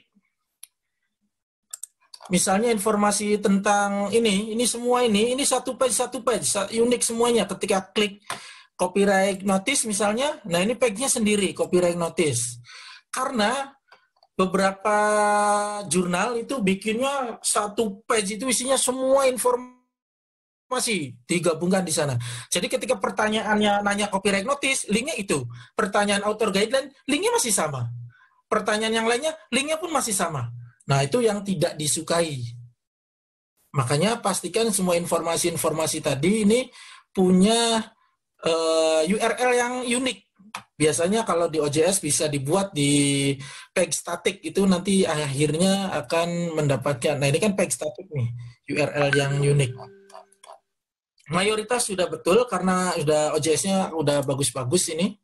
Misalnya informasi tentang ini semua ini satu page, unik semuanya. Ketika klik copyright notice misalnya, nah ini page-nya sendiri, copyright notice. Karena beberapa jurnal itu bikinnya satu page itu isinya semua informasi digabungkan di sana. Jadi ketika pertanyaannya nanya copyright notice, linknya itu. Pertanyaan author guideline, linknya masih sama. Pertanyaan yang lainnya, linknya pun masih sama. Nah itu yang tidak disukai. Makanya pastikan semua informasi-informasi tadi ini punya URL yang unik. Biasanya kalau di OJS bisa dibuat di page static, itu nanti akhirnya akan mendapatkan, nah ini kan page static nih, URL yang unik. Mayoritas sudah betul karena sudah OJS-nya udah bagus-bagus ini.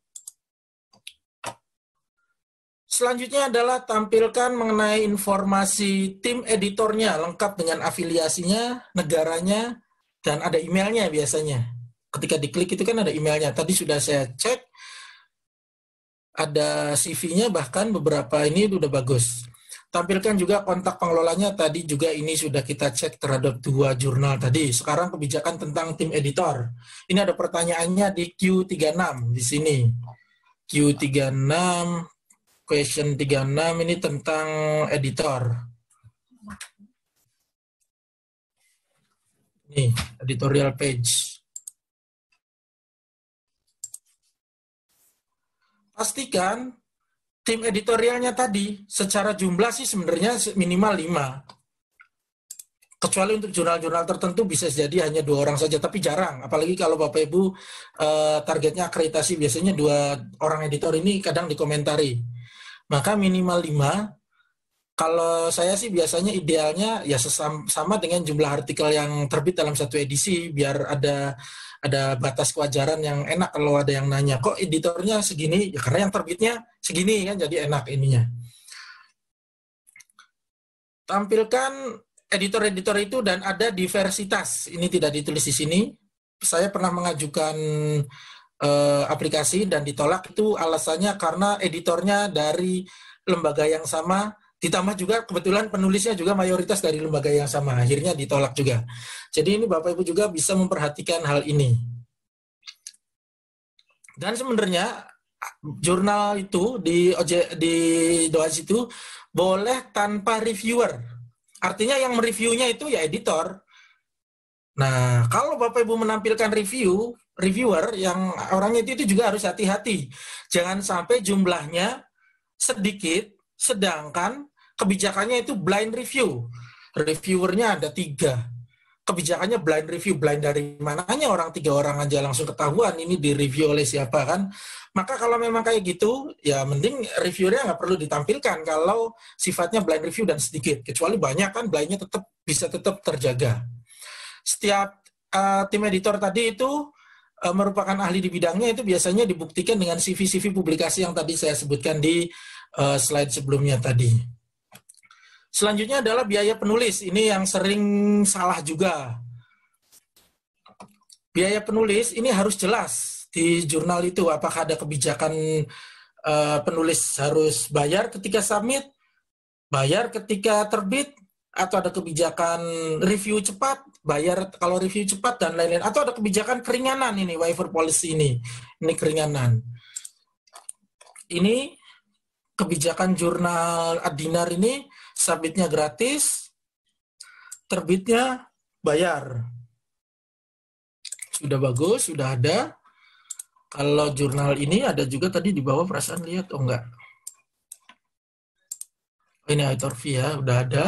Selanjutnya adalah tampilkan mengenai informasi tim editornya lengkap dengan afiliasinya, negaranya, dan ada emailnya biasanya. Ketika diklik itu kan ada emailnya. Tadi sudah saya cek, ada CV-nya, bahkan beberapa ini udah bagus. Tampilkan juga kontak pengelolanya, tadi juga ini sudah kita cek terhadap 2 jurnal tadi. Sekarang kebijakan tentang tim editor. Ini ada pertanyaannya di Q36 di sini. Q36, question 36 ini tentang editor. Nih, editorial page. Pastikan tim editorialnya tadi secara jumlah sih sebenarnya minimal 5. Kecuali untuk jurnal-jurnal tertentu bisa jadi hanya 2 orang saja, tapi jarang. Apalagi kalau Bapak Ibu targetnya akreditasi, biasanya 2 orang editor ini kadang dikomentari. Maka minimal 5. Kalau saya sih biasanya idealnya ya sama dengan jumlah artikel yang terbit dalam satu edisi, biar ada batas kewajaran yang enak. Kalau ada yang nanya, kok editornya segini? Ya karena yang terbitnya segini kan, jadi enak ininya. Tampilkan editor-editor itu dan ada diversitas. Ini tidak ditulis di sini. Saya pernah mengajukan aplikasi dan ditolak, itu alasannya karena editornya dari lembaga yang sama, ditambah juga kebetulan penulisnya juga mayoritas dari lembaga yang sama, akhirnya ditolak juga. Jadi ini Bapak Ibu juga bisa memperhatikan hal ini. Dan sebenarnya jurnal itu di DOAJ itu boleh tanpa reviewer. Artinya yang mereviewnya itu ya editor. Nah, kalau Bapak Ibu menampilkan reviewer yang orangnya itu juga harus hati-hati. Jangan sampai jumlahnya sedikit, sedangkan kebijakannya itu blind review. Reviewernya ada 3. Kebijakannya blind review. Blind dari mananya, orang 3 orang aja langsung ketahuan ini direview oleh siapa kan. Maka kalau memang kayak gitu, ya mending reviewernya nggak perlu ditampilkan kalau sifatnya blind review dan sedikit. Kecuali banyak kan, blindnya bisa tetap terjaga. Setiap tim editor tadi itu merupakan ahli di bidangnya, itu biasanya dibuktikan dengan CV-CV publikasi yang tadi saya sebutkan di slide sebelumnya tadi. Selanjutnya adalah biaya penulis. Ini yang sering salah juga. Biaya penulis ini harus jelas di jurnal itu. Apakah ada kebijakan penulis harus bayar ketika submit, bayar ketika terbit, atau ada kebijakan review cepat, bayar kalau review cepat, dan lain-lain. Atau ada kebijakan keringanan ini, waiver policy ini keringanan. Ini kebijakan jurnal Adinar ini, submitnya gratis, terbitnya bayar. Sudah bagus, sudah ada. Kalau jurnal ini ada juga tadi di bawah, perasaan lihat, oh enggak. Ini author fee ya, udah ada.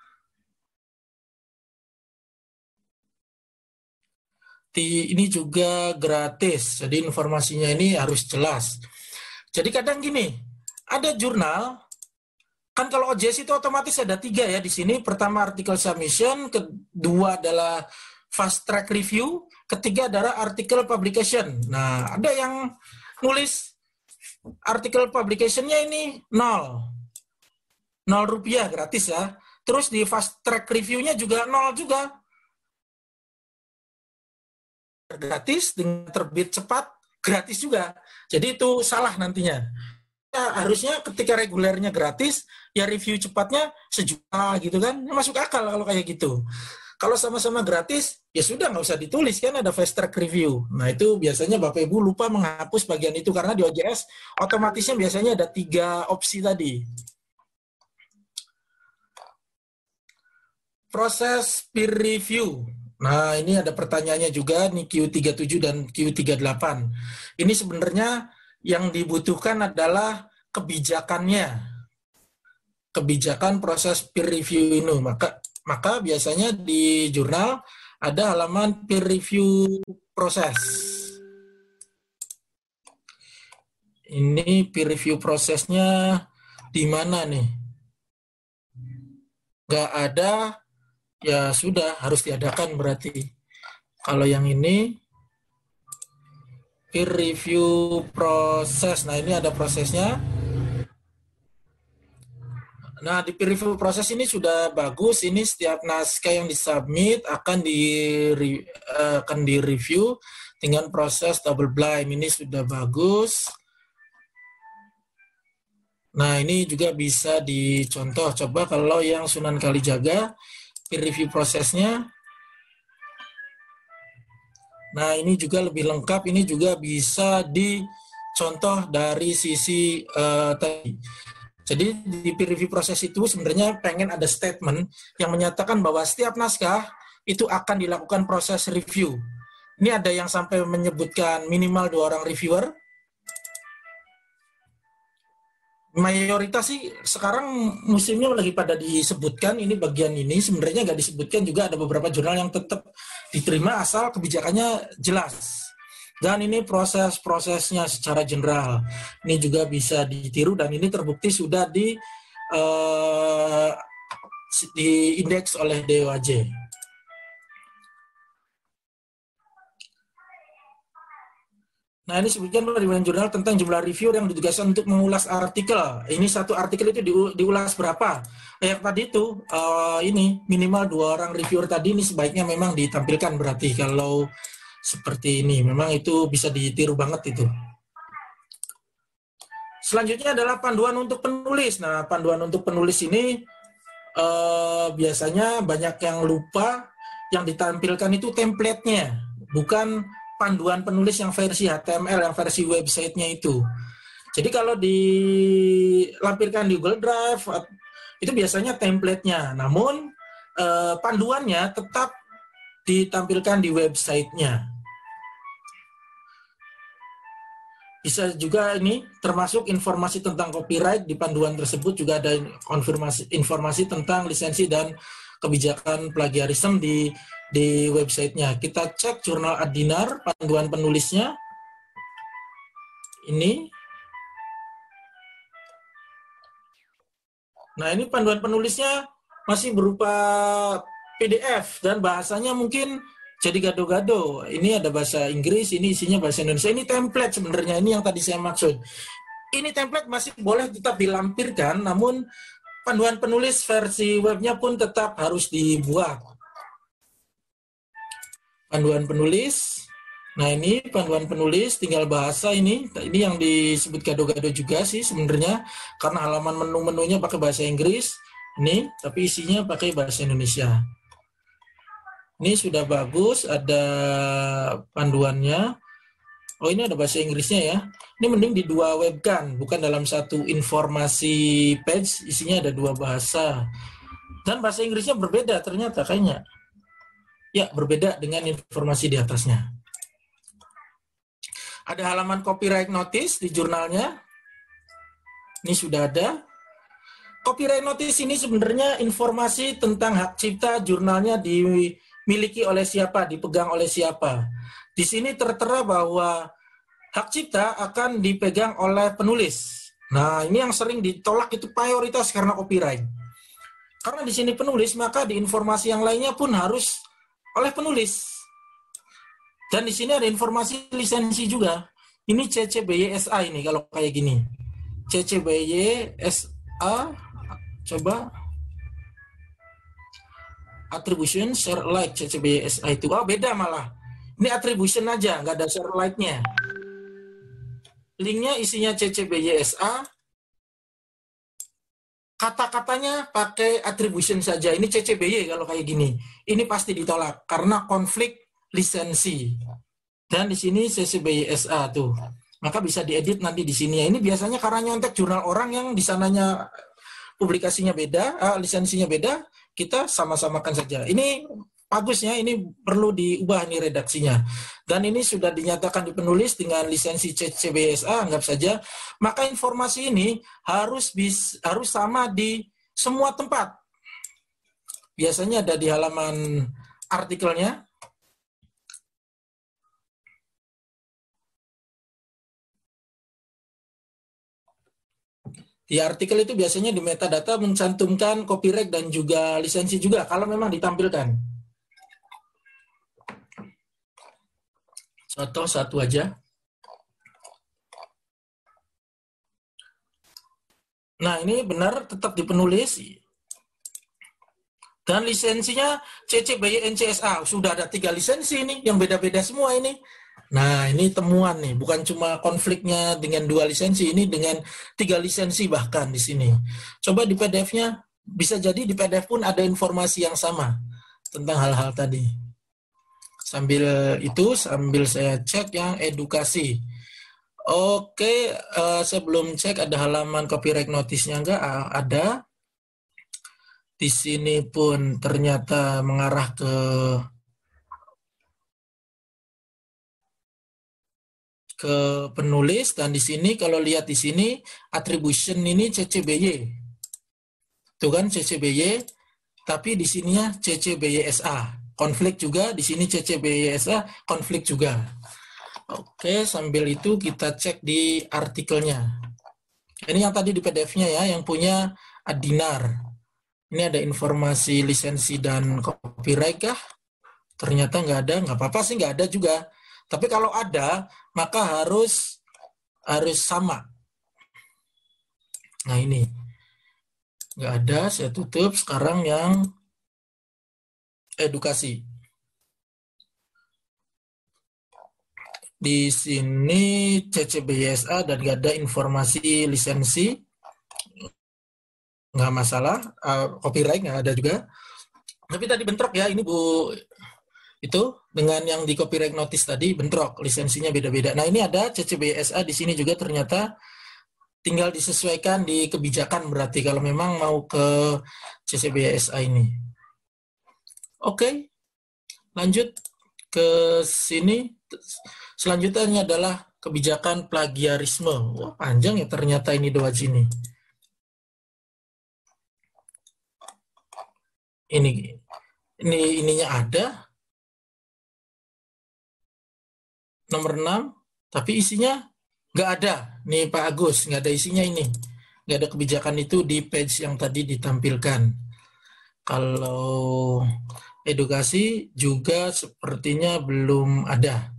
Ini juga gratis, jadi informasinya ini harus jelas. Jadi kadang gini, ada jurnal, kan kalau OJS itu otomatis ada 3 ya di sini. Pertama artikel submission, kedua adalah fast track review, ketiga adalah artikel publication. Nah, ada yang nulis artikel publication-nya ini 0. Rp0 gratis ya. Terus di fast track review-nya juga 0 juga. Gratis, dengan terbit cepat, gratis juga. Jadi itu salah nantinya. Ya, harusnya ketika regulernya gratis, ya review cepatnya 1 juta gitu kan. Masuk akal kalau kayak gitu. Kalau sama-sama gratis, ya sudah nggak usah ditulis kan ada fast track review. Nah itu biasanya Bapak Ibu lupa menghapus bagian itu karena di OJS otomatisnya biasanya ada 3 opsi tadi. Proses peer review. Nah ini ada pertanyaannya juga nih Q37 dan Q38. Ini sebenarnya yang dibutuhkan adalah kebijakannya. Kebijakan proses peer review ini. Maka biasanya di jurnal ada halaman peer review proses. Ini peer review prosesnya di mana nih? Nggak ada, ya sudah harus diadakan berarti. Kalau yang ini peer review proses. Nah, ini ada prosesnya. Nah, di peer review proses ini sudah bagus. Ini setiap naskah yang disubmit akan direview dengan proses double blind. Ini sudah bagus. Nah, ini juga bisa dicontoh. Coba kalau yang Sunan Kalijaga, peer review prosesnya. Nah, ini juga lebih lengkap. Ini juga bisa dicontoh dari sisi tadi. Jadi di peer review proses itu sebenarnya pengen ada statement yang menyatakan bahwa setiap naskah itu akan dilakukan proses review. Ini ada yang sampai menyebutkan minimal 2 orang reviewer. Mayoritas sih sekarang musimnya lagi pada disebutkan, ini bagian ini sebenarnya nggak disebutkan, juga ada beberapa jurnal yang tetap diterima asal kebijakannya jelas. Dan ini proses-prosesnya secara general. Ini juga bisa ditiru dan ini terbukti sudah diindeks oleh DOAJ. Nah, ini sebutkan di jurnal tentang jumlah reviewer yang ditugaskan untuk mengulas artikel. Ini satu artikel itu diulas berapa? Yang tadi itu, ini minimal 2 orang reviewer tadi ini sebaiknya memang ditampilkan berarti kalau seperti ini. Memang itu bisa ditiru banget itu. Selanjutnya adalah panduan untuk penulis. Nah, panduan untuk penulis ini biasanya banyak yang lupa, yang ditampilkan itu template-nya, bukan panduan penulis yang versi HTML, yang versi websitenya itu. Jadi kalau dilampirkan di Google Drive, itu biasanya template-nya. Namun, panduannya tetap ditampilkan di websitenya. Bisa juga ini termasuk informasi tentang copyright di panduan tersebut, juga ada informasi tentang lisensi dan kebijakan plagiarisme di websitenya. Kita cek jurnal Ad-Dinar, panduan penulisnya. Ini. Nah, ini panduan penulisnya masih berupa PDF dan bahasanya mungkin jadi gado-gado. Ini ada bahasa Inggris, ini isinya bahasa Indonesia. Ini template sebenarnya, ini yang tadi saya maksud. Ini template masih boleh tetap dilampirkan, namun panduan penulis versi webnya pun tetap harus dibuat. Panduan penulis. Nah, ini panduan penulis, tinggal bahasa ini. Ini yang disebut gado-gado juga sih sebenarnya, karena halaman menu-menunya pakai bahasa Inggris. Ini, tapi isinya pakai bahasa Indonesia. Ini sudah bagus, ada panduannya. Oh, ini ada bahasa Inggrisnya ya. Ini mending di 2 webkan, bukan dalam satu informasi page, isinya ada 2 bahasa. Dan bahasa Inggrisnya berbeda ternyata kayaknya. Ya, berbeda dengan informasi di atasnya. Ada halaman copyright notice di jurnalnya. Ini sudah ada. Copyright notice ini sebenarnya informasi tentang hak cipta jurnalnya dimiliki oleh siapa, dipegang oleh siapa. Di sini tertera bahwa hak cipta akan dipegang oleh penulis. Nah, ini yang sering ditolak itu prioritas karena copyright. Karena di sini penulis, maka di informasi yang lainnya pun harus oleh penulis. Dan di sini ada informasi lisensi juga. Ini CC BY SA ini kalau kayak gini. CC BY SA Coba attribution share alike CCBYSA itu. Oh, beda malah. Ini attribution aja, nggak ada share alike-nya. Linknya isinya CCBYSA. Kata-katanya pakai attribution saja. Ini CCBY kalau kayak gini. Ini pasti ditolak karena konflik lisensi. Dan di sini CCBYSA tuh. Maka bisa diedit nanti di sini. Ini biasanya karena nyontek jurnal orang yang di sananya publikasinya beda, lisensinya beda, kita sama-samakan saja. Ini bagusnya, ini perlu diubah nih redaksinya. Dan ini sudah dinyatakan di penulis dengan lisensi CCBYSA, anggap saja. Maka informasi ini harus sama di semua tempat. Biasanya ada di halaman artikelnya. Di artikel itu biasanya di metadata mencantumkan copyright dan juga lisensi juga, kalau memang ditampilkan. Contoh satu aja. Nah, ini benar tetap di penulis. Dan lisensinya CC BY NCSA. Sudah ada 3 lisensi ini, yang beda-beda semua ini. Nah, ini temuan nih, bukan cuma konfliknya dengan 2 lisensi, ini dengan 3 lisensi bahkan di sini. Coba di PDF-nya, bisa jadi di PDF pun ada informasi yang sama tentang hal-hal tadi. Sambil saya cek yang edukasi. Oke, saya belum cek ada halaman copyright notice-nya enggak? Ada. Di sini pun ternyata mengarah ke penulis, dan di sini kalau lihat di sini attribution ini CCBY. Itu kan CCBY, tapi di sininya CCBYSA. Konflik juga di sini CCBYSA, konflik juga. Oke, sambil itu kita cek di artikelnya. Ini yang tadi di PDF-nya ya, yang punya Adinar. Ini ada informasi lisensi dan copyright kah? Ternyata nggak ada, nggak apa-apa sih nggak ada juga. Tapi kalau ada, maka harus sama. Nah ini, nggak ada, saya tutup. Sekarang yang edukasi. Di sini CCBYSA dan nggak ada informasi lisensi. Nggak masalah, copyright nggak ada juga. Tapi tadi bentrok ya, ini Bu, itu dengan yang di copyright notice tadi bentrok, lisensinya beda-beda. Nah ini ada CCBYSA di sini juga ternyata tinggal disesuaikan di kebijakan berarti kalau memang mau ke CCBYSA ini. Oke, lanjut ke sini. Selanjutnya adalah kebijakan plagiarisme. Wah panjang ya ternyata ini doa sini. Ininya ada. Nomor 6, tapi isinya nggak ada. Nih Pak Agus, nggak ada isinya ini. Nggak ada kebijakan itu di page yang tadi ditampilkan. Kalau edukasi juga sepertinya belum ada.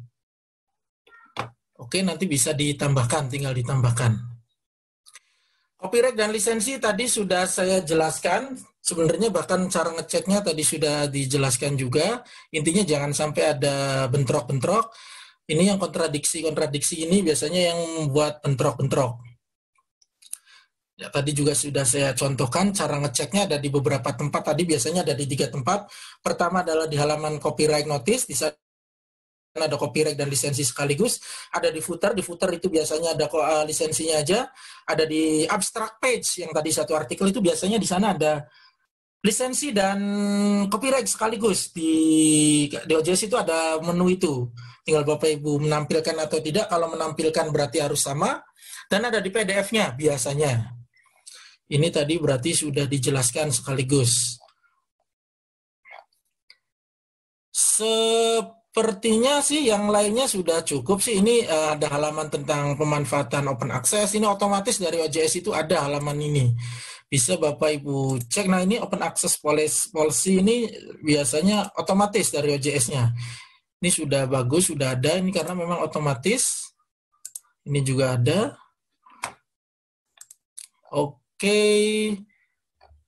Oke, nanti bisa ditambahkan, tinggal ditambahkan. Copyright dan lisensi tadi sudah saya jelaskan. Sebenarnya bahkan cara ngeceknya tadi sudah dijelaskan juga. Intinya jangan sampai ada bentrok-bentrok. Ini yang kontradiksi ini biasanya yang membuat bentrok-bentrok. Ya, tadi juga sudah saya contohkan cara ngeceknya ada di beberapa tempat. Tadi biasanya ada di 3 tempat. Pertama adalah di halaman copyright notice. Di sana ada copyright dan lisensi sekaligus. Ada di footer. Di footer itu biasanya ada lisensinya aja. Ada di abstract page yang tadi satu artikel itu biasanya di sana ada lisensi dan copyright sekaligus. Di OJS itu ada menu itu. Tinggal Bapak Ibu menampilkan atau tidak. Kalau menampilkan berarti harus sama. Dan ada di PDF-nya biasanya. Ini tadi berarti sudah dijelaskan sekaligus. Sepertinya sih yang lainnya sudah cukup sih. Ini ada halaman tentang pemanfaatan open access. Ini otomatis dari OJS itu ada halaman ini. Bisa Bapak Ibu cek. Nah ini open access policy ini biasanya otomatis dari OJS-nya. Ini sudah bagus, sudah ada. Ini karena memang otomatis. Ini juga ada. Oke.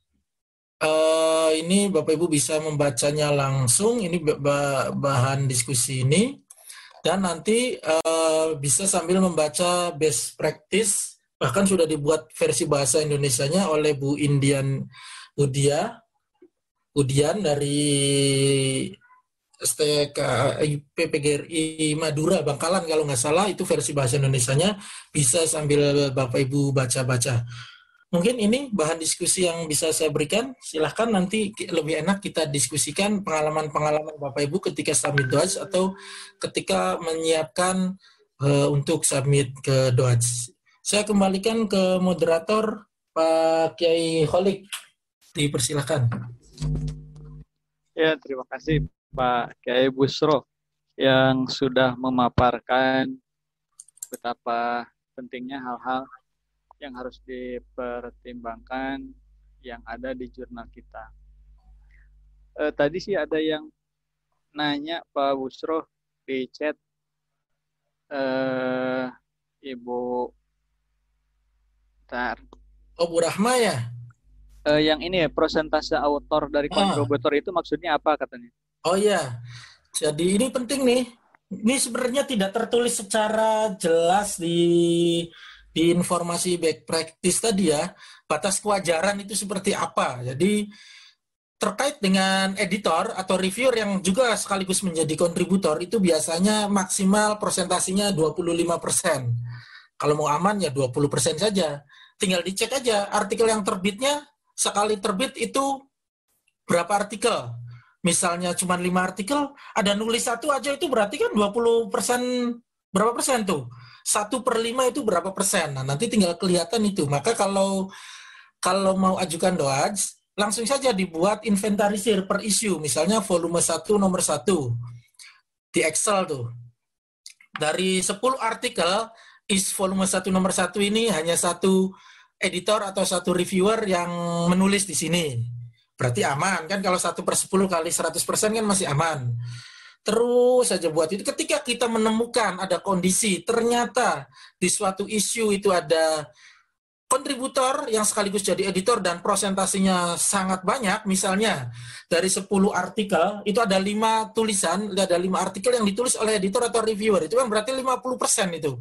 ini Bapak Ibu bisa membacanya langsung. Ini bahan diskusi ini. Dan nanti bisa sambil membaca best practice, bahkan sudah dibuat versi bahasa Indonesianya oleh Bu Udian dari STK PPGRI Madura Bangkalan kalau nggak salah, itu versi bahasa Indonesianya, bisa sambil Bapak Ibu baca-baca. Mungkin ini bahan diskusi yang bisa saya berikan. Silahkan nanti lebih enak kita diskusikan pengalaman-pengalaman Bapak Ibu ketika submit DOAJ atau ketika menyiapkan untuk submit ke DOAJ. Saya kembalikan ke moderator Pak Kiai Kholik. Dipersilakan. Ya, terima kasih Pak Kiai Busro yang sudah memaparkan betapa pentingnya hal-hal yang harus dipertimbangkan yang ada di jurnal kita. Tadi sih ada yang nanya Pak Busro di chat, Ibu Bu Rahma ya? Yang ini ya, prosentase autor dari kontributor itu maksudnya apa katanya? Oh iya, jadi ini penting nih. Ini sebenarnya tidak tertulis secara jelas di informasi back practice tadi ya, batas kewajaran itu seperti apa. Jadi terkait dengan editor atau reviewer yang juga sekaligus menjadi kontributor, itu biasanya maksimal presentasinya 25%. Kalau mau aman ya 20% saja. Tinggal dicek aja artikel yang terbitnya, sekali terbit itu berapa artikel. Misalnya cuma 5 artikel, ada nulis 1 aja, itu berarti kan 20%, berapa persen tuh? 1/5 itu berapa persen? Nah, nanti tinggal kelihatan itu. Maka kalau mau ajukan DOAJ, langsung saja dibuat inventarisir per issue. Misalnya volume 1 nomor 1 di Excel tuh. Dari 10 artikel, volume 1 nomor 1 ini hanya 1 editor atau 1 reviewer yang menulis di sini. Berarti aman kan, kalau 1/10 kali 100% kan masih aman. Terus saja buat itu. Ketika kita menemukan ada kondisi, ternyata di suatu isu itu ada kontributor yang sekaligus jadi editor dan prosentasinya sangat banyak, misalnya dari 10 artikel, itu ada 5 tulisan, ada 5 artikel yang ditulis oleh editor atau reviewer, itu kan berarti 50% itu.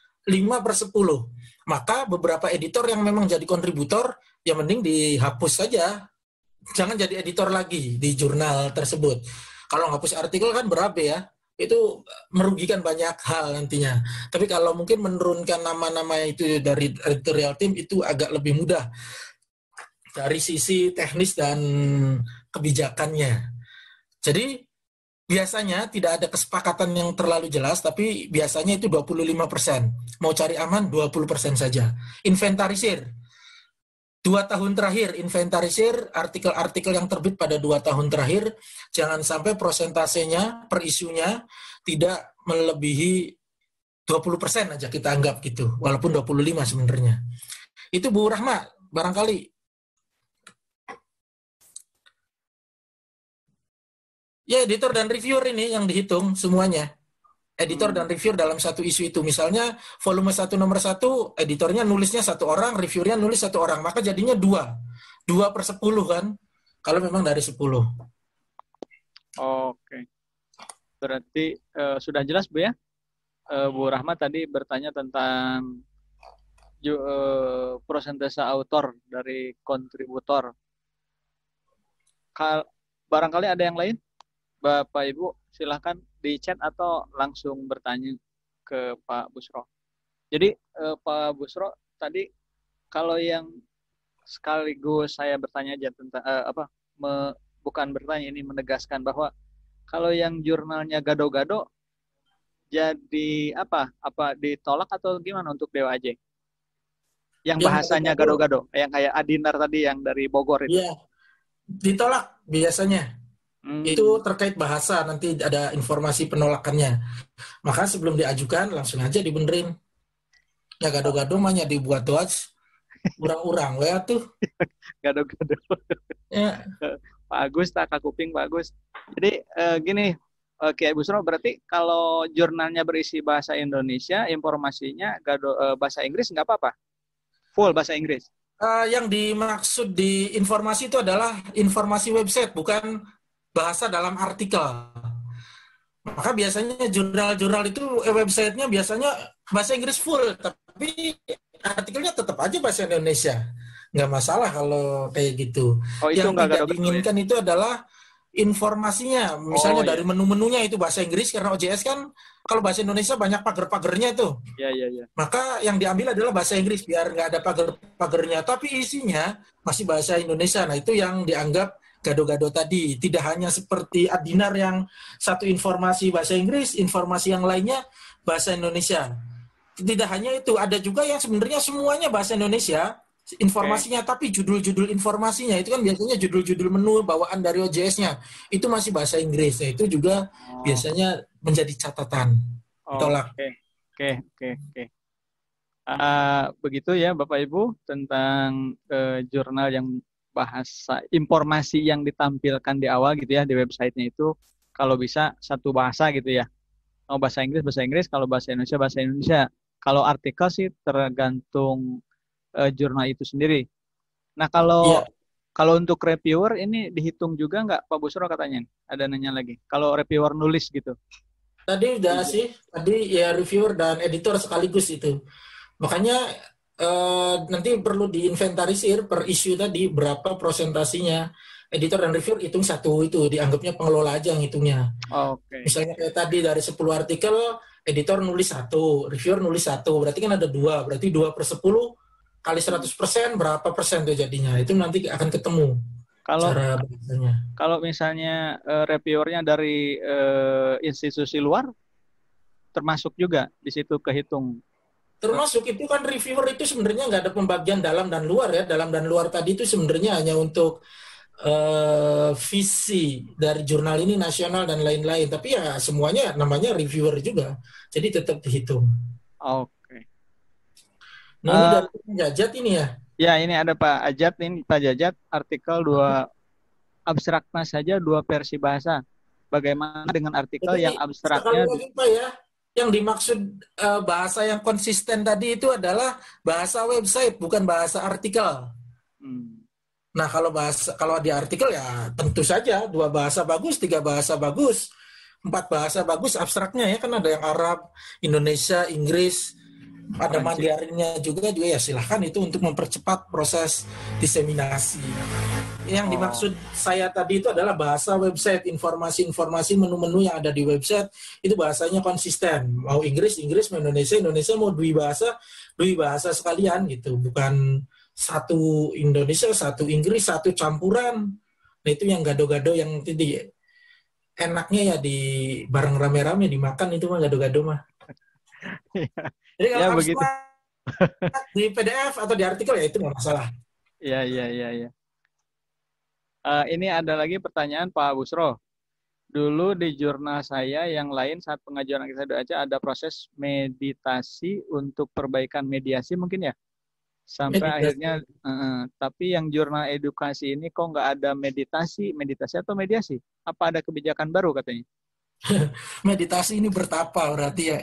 5/10. Maka beberapa editor yang memang jadi kontributor, ya mending dihapus saja. Jangan jadi editor lagi di jurnal tersebut. Kalau hapus artikel kan berabe ya, itu merugikan banyak hal nantinya. Tapi kalau mungkin menurunkan nama-nama itu dari editorial team itu agak lebih mudah dari sisi teknis dan kebijakannya. Jadi biasanya tidak ada kesepakatan yang terlalu jelas, tapi biasanya itu 25%. Mau cari aman 20% saja. Inventarisir. 2 tahun terakhir, inventarisir artikel-artikel yang terbit pada 2 tahun terakhir, jangan sampai prosentasenya per isunya tidak melebihi 20% aja kita anggap gitu, walaupun 25 sebenarnya. Itu Bu Rahma, barangkali. Ya, editor dan reviewer ini yang dihitung semuanya. Editor dan reviewer dalam satu isu itu. Misalnya volume 1 nomor 1, editornya nulisnya 1 orang, reviewernya nulis 1 orang. Maka jadinya 2. 2/10 kan, kalau memang dari 10. Oke. Berarti sudah jelas Bu ya? Bu Rahma tadi bertanya tentang prosentase autor dari kontributor. Barangkali ada yang lain? Bapak Ibu silahkan di chat atau langsung bertanya ke Pak Busro. Jadi Pak Busro tadi kalau yang sekaligus saya bertanya aja tentang bukan bertanya, ini menegaskan bahwa kalau yang jurnalnya gado-gado jadi apa ditolak atau gimana untuk DOAJ? Yang bahasanya gado-gado, yang kayak Adinar tadi yang dari Bogor itu. Iya, ditolak biasanya. Itu terkait bahasa, nanti ada informasi penolakannya. Maka sebelum diajukan langsung aja dibenerin. Ya gado-gado mahnya dibuat DOAJ, urang-urang ya tuh. Gado-gado. Ya. Pak Agus, tak kuping Pak Agus. Jadi gini, Kiai Busro, berarti kalau jurnalnya berisi bahasa Indonesia, informasinya bahasa Inggris nggak apa-apa? Full bahasa Inggris? Yang dimaksud di informasi itu adalah informasi website, bukan bahasa dalam artikel. Maka biasanya jurnal-jurnal itu websitenya biasanya bahasa Inggris full, tapi artikelnya tetap aja bahasa Indonesia. Nggak masalah kalau kayak gitu. Oh, itu Yang nggak tidak gado-gado ya? diinginkan itu adalah informasinya. Misalnya iya. dari menu-menunya itu bahasa Inggris, karena OJS kan kalau bahasa Indonesia banyak pagar-pagarnya tuh. Iya. Maka yang diambil adalah bahasa Inggris biar nggak ada pagar-pagarnya. Tapi isinya masih bahasa Indonesia. Nah itu yang dianggap gado-gado tadi. Tidak hanya seperti Adinar yang satu informasi bahasa Inggris, informasi yang lainnya bahasa Indonesia. Tidak hanya itu, ada juga yang sebenarnya semuanya bahasa Indonesia informasinya, tapi judul-judul informasinya itu kan biasanya judul-judul menu bawaan dari OJS-nya itu masih bahasa Inggris. Nah, itu juga biasanya menjadi catatan. Tolak. Oke. Begitu ya Bapak Ibu tentang jurnal yang bahasa informasi yang ditampilkan di awal gitu ya di websitenya itu kalau bisa satu bahasa gitu ya. Mau bahasa Inggris, kalau bahasa Indonesia. Kalau artikel sih tergantung jurnal itu sendiri. Nah kalau untuk reviewer ini dihitung juga nggak Pak Busro katanya? Ada nanya lagi. Kalau reviewer nulis gitu. Tadi udah sih, tadi ya reviewer dan editor sekaligus itu. Makanya nanti perlu diinventarisir per isu tadi berapa prosentasinya. Editor dan reviewer hitung satu itu, dianggapnya pengelola aja yang hitungnya. Oke. Misalnya kayak tadi dari 10 artikel, editor nulis 1, reviewer nulis 1, berarti kan ada 2, berarti 2/10 kali 100% berapa persen tuh jadinya. Itu nanti akan ketemu cara bahasanya. Kalau misalnya reviewernya dari institusi luar, termasuk juga di situ kehitung. Termasuk itu kan reviewer itu sebenarnya nggak ada pembagian dalam dan luar ya. Dalam dan luar tadi itu sebenarnya hanya untuk visi dari jurnal ini nasional dan lain-lain. Tapi ya semuanya namanya reviewer juga. Jadi tetap dihitung. Oke. Nah ini dari Jajat ini ya? Ya ini ada Pak Ajat, ini Pak Jajat artikel 2 abstraknya saja 2 versi bahasa. Bagaimana dengan artikel jadi, yang abstraknya? Sekali lagi Pak ya, yang dimaksud bahasa yang konsisten tadi itu adalah bahasa website, bukan bahasa artikel. Nah kalau di artikel ya tentu saja 2 bahasa bagus, 3 bahasa bagus, 4 bahasa bagus abstraknya ya, kan ada yang Arab, Indonesia, Inggris, ada Mandarinnya juga ya silahkan itu untuk mempercepat proses diseminasi. Yang dimaksud saya tadi itu adalah bahasa website, informasi-informasi menu-menu yang ada di website itu bahasanya konsisten. Mau Inggris, mau Indonesia, mau dua bahasa sekalian gitu, bukan satu Indonesia, satu Inggris, satu campuran. Nah itu yang gado-gado yang tadi enaknya ya di bareng rame-rame dimakan itu mah gado-gado mah. Jadi kalau begitu di PDF atau di artikel ya itu nggak masalah. Iya. Ini ada lagi pertanyaan Pak Busro. Dulu di jurnal saya yang lain saat pengajuan kita aja ada proses meditasi untuk perbaikan mediasi mungkin ya? Sampai akhirnya, tapi yang jurnal edukasi ini kok nggak ada meditasi atau mediasi? Apa ada kebijakan baru katanya? Meditasi ini bertapa berarti ya.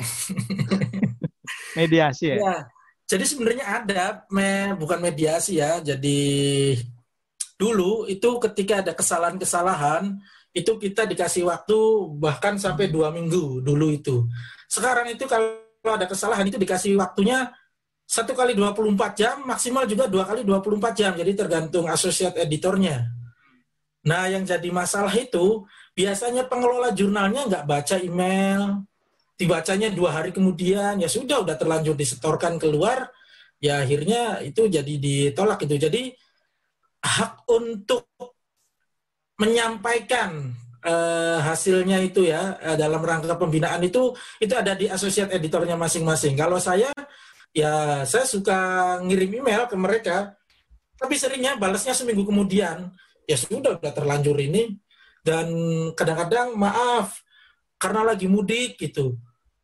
Mediasi ya? Ya, jadi sebenarnya ada, bukan mediasi ya. Jadi dulu itu ketika ada kesalahan-kesalahan, itu kita dikasih waktu bahkan sampai 2 minggu dulu itu. Sekarang itu kalau ada kesalahan itu dikasih waktunya 1 kali 24 jam, maksimal juga 2 kali 24 jam. Jadi tergantung associate editornya. Nah, yang jadi masalah itu, biasanya pengelola jurnalnya nggak baca email, dibacanya 2 hari kemudian, ya sudah, udah terlanjur disetorkan keluar, ya akhirnya itu jadi ditolak itu. Jadi, hak untuk menyampaikan hasilnya itu ya, dalam rangka pembinaan itu ada di associate editornya masing-masing. Kalau saya suka ngirim email ke mereka, tapi seringnya balasnya seminggu kemudian. Ya sudah terlanjur ini. Dan kadang-kadang maaf, karena lagi mudik gitu.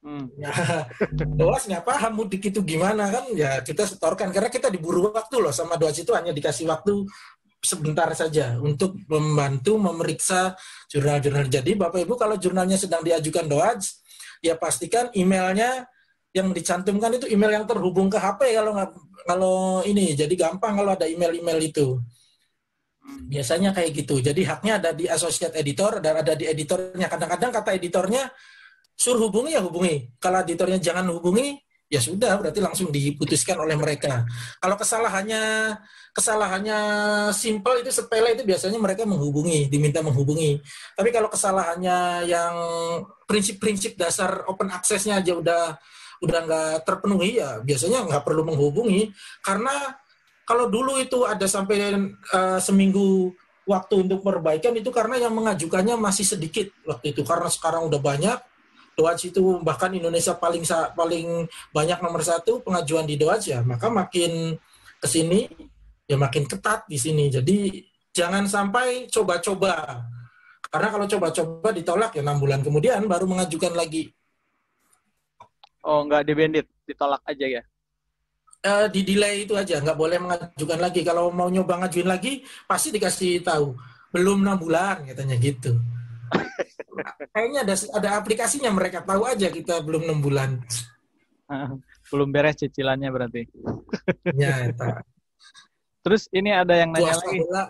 Doas nggak paham mudik itu gimana kan, ya kita setorkan. Karena kita diburu waktu loh sama Doas itu, hanya dikasih waktu sebentar saja untuk membantu memeriksa jurnal-jurnal. Jadi Bapak Ibu kalau jurnalnya sedang diajukan Doas, ya pastikan emailnya yang dicantumkan itu email yang terhubung ke HP kalau ini. Jadi gampang kalau ada email-email itu. Biasanya kayak gitu. Jadi haknya ada di associate editor dan ada di editornya. Kadang-kadang kata editornya suruh hubungi ya hubungi. Kalau editornya jangan hubungi, ya sudah berarti langsung diputuskan oleh mereka. Kalau kesalahannya simple itu sepele itu biasanya mereka diminta menghubungi. Tapi kalau kesalahannya yang prinsip-prinsip dasar open access-nya aja udah nggak terpenuhi ya biasanya nggak perlu menghubungi, karena kalau dulu itu ada sampai seminggu waktu untuk perbaikan itu karena yang mengajukannya masih sedikit waktu itu, karena sekarang udah banyak. DOAJ itu bahkan Indonesia paling banyak nomor 1 pengajuan di DOAJ ya, maka makin kesini ya makin ketat di sini. Jadi jangan sampai coba-coba, karena kalau coba-coba ditolak ya 6 bulan kemudian baru mengajukan lagi. Oh, nggak di-bandit, ditolak aja ya? Di delay itu aja, nggak boleh mengajukan lagi. Kalau mau nyoba ngajuin lagi, pasti dikasih tahu belum 6 bulan katanya gitu. Kayaknya ada aplikasinya, mereka tahu aja kita belum 6 bulan. Belum beres cicilannya berarti. Ya, tak. Terus ini ada yang nanya Puasa lagi. bola.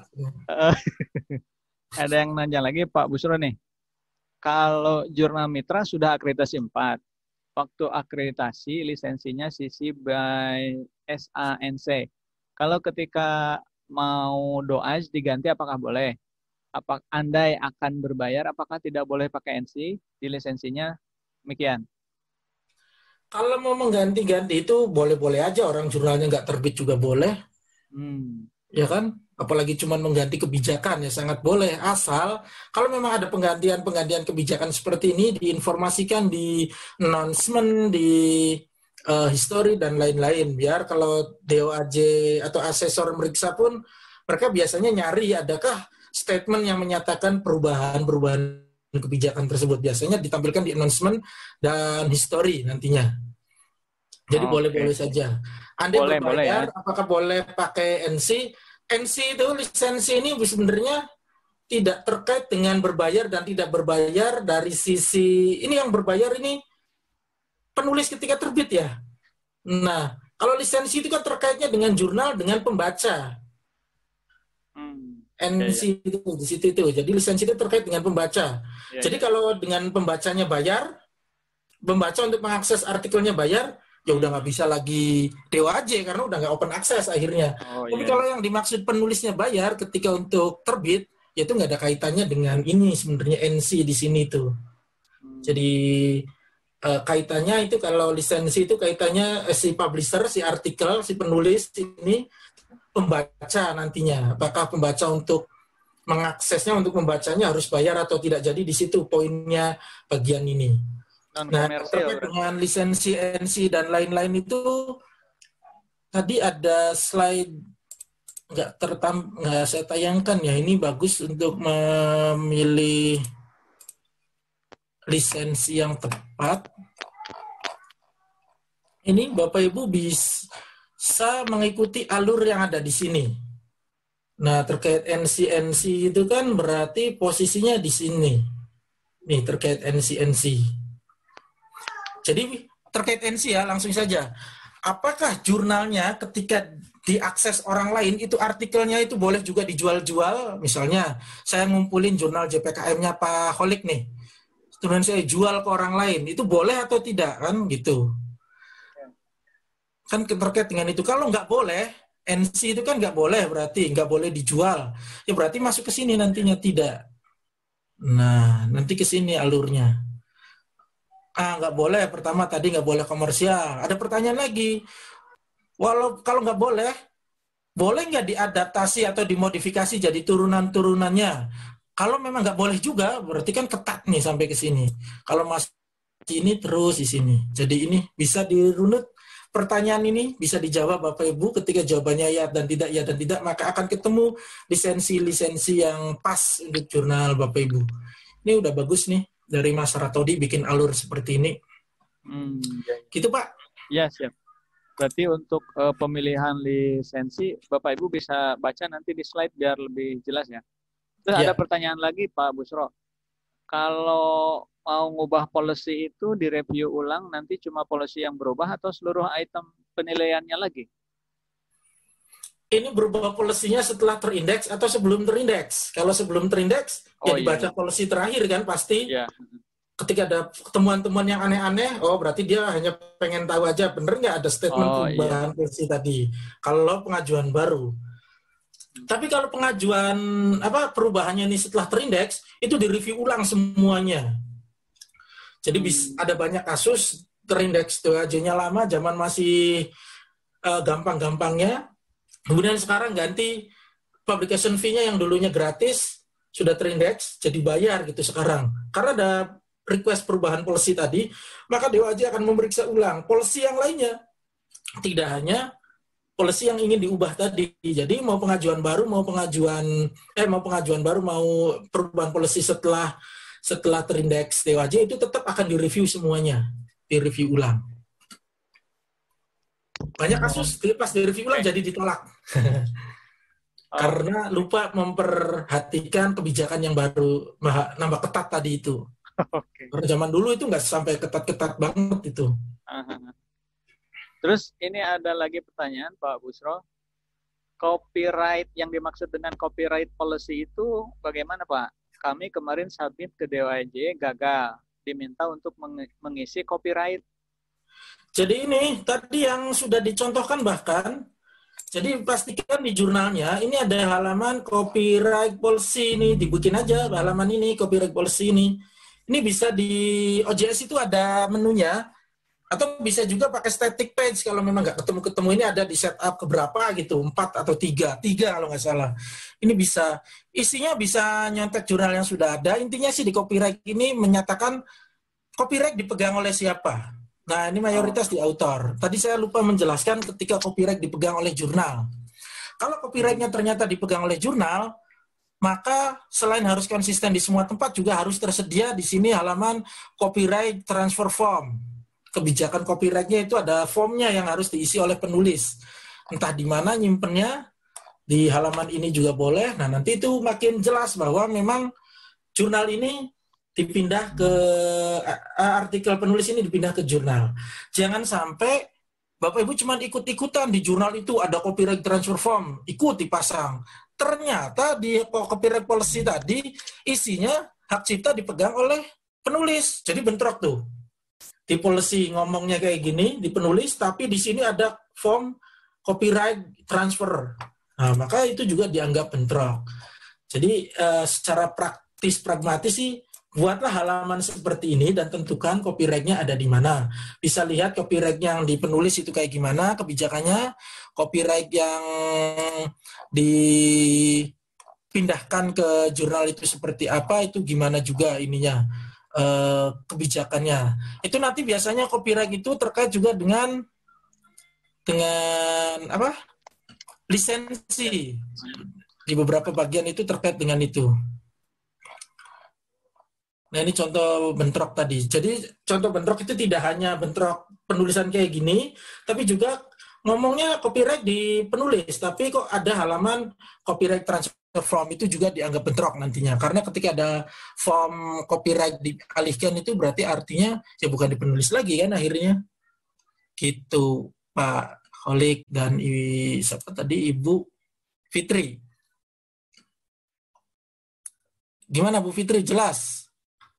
Ada yang nanya lagi Pak Busro nih. Kalau jurnal mitra sudah akreditasi 4. Waktu akreditasi lisensinya CC by SANC. Kalau ketika mau DOAJ diganti apakah boleh? Apa andai akan berbayar apakah tidak boleh pakai NC di lisensinya? Demikian. Kalau mau mengganti-ganti itu boleh-boleh aja, orang jurnalnya nggak terbit juga boleh. Ya kan? Apalagi cuma mengganti kebijakan ya sangat boleh, asal kalau memang ada penggantian kebijakan seperti ini diinformasikan di announcement, di history dan lain-lain, biar kalau DOAJ atau asesor meriksa pun mereka biasanya nyari adakah statement yang menyatakan perubahan kebijakan tersebut, biasanya ditampilkan di announcement dan history nantinya. Jadi boleh-boleh saja. Andai berbayar, ya. Apakah boleh pakai NC? NC itu lisensi ini sebenarnya tidak terkait dengan berbayar dan tidak berbayar dari sisi ini. Yang berbayar ini penulis ketika terbit ya. Nah, kalau lisensi itu kan terkaitnya dengan jurnal, dengan pembaca. NC itu di situ itu. Jadi lisensi itu terkait dengan pembaca. Jadi kalau dengan pembacanya bayar, pembaca untuk mengakses artikelnya bayar, ya udah nggak bisa lagi DOAJ karena udah nggak open access akhirnya. Tapi kalau yang dimaksud penulisnya bayar ketika untuk terbit, ya itu nggak ada kaitannya dengan ini sebenarnya NC di sini tuh. Jadi kaitannya itu kalau lisensi itu kaitannya si publisher, si artikel, si penulis ini pembaca nantinya. Apakah pembaca untuk mengaksesnya, untuk membacanya harus bayar atau tidak? Jadi di situ poinnya bagian ini. Nah, terkait dengan lisensi NC dan lain-lain itu tadi ada slide nggak saya tayangkan ya. Ini bagus untuk memilih lisensi yang tepat. Ini Bapak Ibu bisa mengikuti alur yang ada di sini. Nah, terkait NC itu kan berarti posisinya di sini. Nih, terkait NC. Jadi terkait NC ya, langsung saja. Apakah jurnalnya ketika diakses orang lain, itu artikelnya itu boleh juga dijual-jual? Misalnya, saya ngumpulin jurnal JPKM-nya Pak Holik nih. Kemudian saya jual ke orang lain. Itu boleh atau tidak? Kan gitu. Kan terkait dengan itu. Kalau nggak boleh, NC itu kan nggak boleh berarti. Nggak boleh dijual. Ya berarti masuk ke sini nantinya tidak. Nah, nanti ke sini alurnya. Nggak boleh, pertama tadi nggak boleh komersial. Ada pertanyaan lagi, kalau nggak boleh nggak diadaptasi atau dimodifikasi jadi turunan-turunannya? Kalau memang nggak boleh juga, berarti kan ketat nih sampai ke sini. Kalau masih ini terus di sini. Jadi ini bisa dirunut, pertanyaan ini bisa dijawab Bapak Ibu. Ketika jawabannya ya dan tidak, maka akan ketemu lisensi-lisensi yang pas untuk jurnal Bapak Ibu. Ini udah bagus nih. Dari Mas Ratodi bikin alur seperti ini. Gitu Pak? Ya, siap. Berarti untuk pemilihan lisensi, Bapak Ibu bisa baca nanti di slide biar lebih jelas ya. Terus ada pertanyaan lagi Pak Busro. kalau mau ngubah policy itu direview ulang, nanti cuma policy yang berubah atau seluruh item penilaiannya lagi? Ini berubah polisinya setelah terindeks atau sebelum terindeks. Kalau sebelum terindeks, ya dibaca polisi terakhir kan pasti. Iya. Ketika ada temuan-temuan yang aneh-aneh, oh berarti dia hanya pengen tahu aja bener nggak ada statement perubahan polisi tadi. Kalau pengajuan baru. Tapi kalau pengajuan perubahannya ini setelah terindeks, itu direview ulang semuanya. Jadi ada banyak kasus terindeks DOAJ-nya lama, zaman masih gampang-gampangnya. Kemudian sekarang ganti publication fee-nya yang dulunya gratis, sudah terindeks, jadi bayar gitu sekarang. Karena ada request perubahan policy tadi, maka DOAJ akan memeriksa ulang policy yang lainnya. Tidak hanya policy yang ingin diubah tadi. Jadi mau pengajuan baru, mau perubahan policy setelah terindeks DOAJ itu tetap akan direview semuanya, direview ulang. Banyak kasus pas direview ulang jadi ditolak. Karena lupa memperhatikan kebijakan yang baru nambah ketat tadi itu. Karena zaman dulu itu nggak sampai ketat-ketat banget itu. Terus ini ada lagi pertanyaan Pak Busro. Copyright yang dimaksud dengan copyright policy itu bagaimana Pak? Kami kemarin submit ke DOAJ gagal, diminta untuk mengisi copyright. Jadi ini tadi yang sudah dicontohkan bahkan, jadi pastikan di jurnalnya ini ada halaman copyright policy ini, dibikin aja halaman ini copyright policy ini. Ini bisa di OJS itu ada menunya, atau bisa juga pakai static page kalau memang nggak ketemu ini ada di setup keberapa gitu, 4 atau 3 kalau nggak salah. Ini bisa, isinya bisa nyontek jurnal yang sudah ada. Intinya sih di copyright ini menyatakan copyright dipegang oleh siapa. Nah, ini mayoritas di author. Tadi saya lupa menjelaskan ketika copyright dipegang oleh jurnal. Kalau copyright-nya ternyata dipegang oleh jurnal, maka selain harus konsisten di semua tempat, juga harus tersedia di sini halaman copyright transfer form. Kebijakan copyright-nya itu ada formnya yang harus diisi oleh penulis. Entah di mana nyimpennya, di halaman ini juga boleh. Nah, nanti itu makin jelas bahwa memang jurnal ini dipindah ke artikel penulis ini dipindah ke jurnal. Jangan sampai Bapak Ibu cuma ikut-ikutan di jurnal itu ada copyright transfer form, ikut dipasang. Ternyata di copyright policy tadi isinya hak cipta dipegang oleh penulis. Jadi bentrok tuh. Di policy ngomongnya kayak gini, di penulis, tapi di sini ada form copyright transfer. Nah, maka itu juga dianggap bentrok. Jadi secara praktis pragmatis sih buatlah halaman seperti ini dan tentukan copyright-nya ada di mana. Bisa lihat copyright yang di penulis itu kayak gimana kebijakannya, copyright yang dipindahkan ke jurnal itu seperti apa, itu gimana juga ininya kebijakannya. Itu nanti biasanya copyright itu terkait juga dengan apa? Lisensi. Di beberapa bagian itu terkait dengan itu. Nah, ini contoh bentrok tadi. Jadi contoh bentrok itu tidak hanya bentrok penulisan kayak gini, tapi juga ngomongnya copyright di penulis, tapi kok ada halaman copyright transfer form, itu juga dianggap bentrok nantinya. Karena ketika ada form copyright dialihkan itu berarti artinya ya bukan di penulis lagi kan akhirnya. Gitu Pak Holik dan siapa tadi Ibu Fitri. Gimana Bu Fitri, jelas?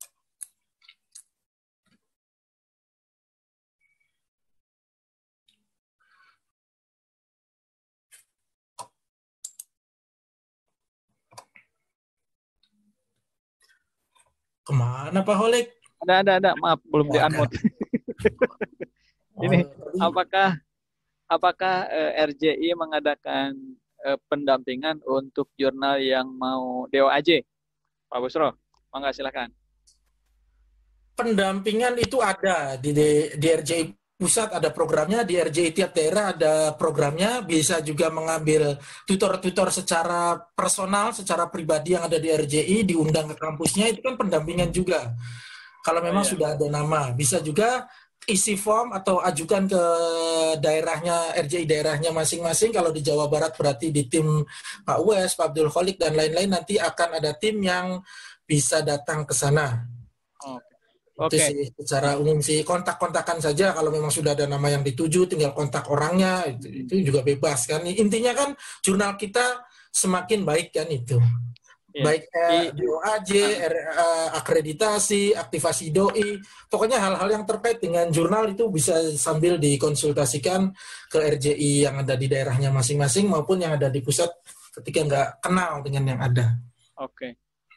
Kemana Pak Holik? Ada. Maaf, belum di-unmute. Ini apakah RJI mengadakan pendampingan untuk jurnal yang mau DOAJ? Pak Busro, mangga silakan. Pendampingan itu ada di RJI pusat, ada programnya, di RJI tiap daerah ada programnya, bisa juga mengambil tutor-tutor secara personal, secara pribadi yang ada di RJI, diundang ke kampusnya, itu kan pendampingan juga. Kalau memang sudah ada nama, bisa juga isi form atau ajukan ke daerahnya, RJI daerahnya masing-masing. Kalau di Jawa Barat berarti di tim Pak Wes, Pak Abdul Kholik, dan lain-lain, nanti akan ada tim yang bisa datang ke sana. Oke. Itu sih secara umum sih, kontak-kontakan saja kalau memang sudah ada nama yang dituju, tinggal kontak orangnya, itu juga bebas kan. Intinya kan jurnal kita semakin baik kan itu. Iya. Baik DOAJ, akreditasi, aktivasi doi, pokoknya hal-hal yang terkait dengan jurnal itu bisa sambil dikonsultasikan ke RJI yang ada di daerahnya masing-masing maupun yang ada di pusat ketika nggak kenal dengan yang ada. Oke.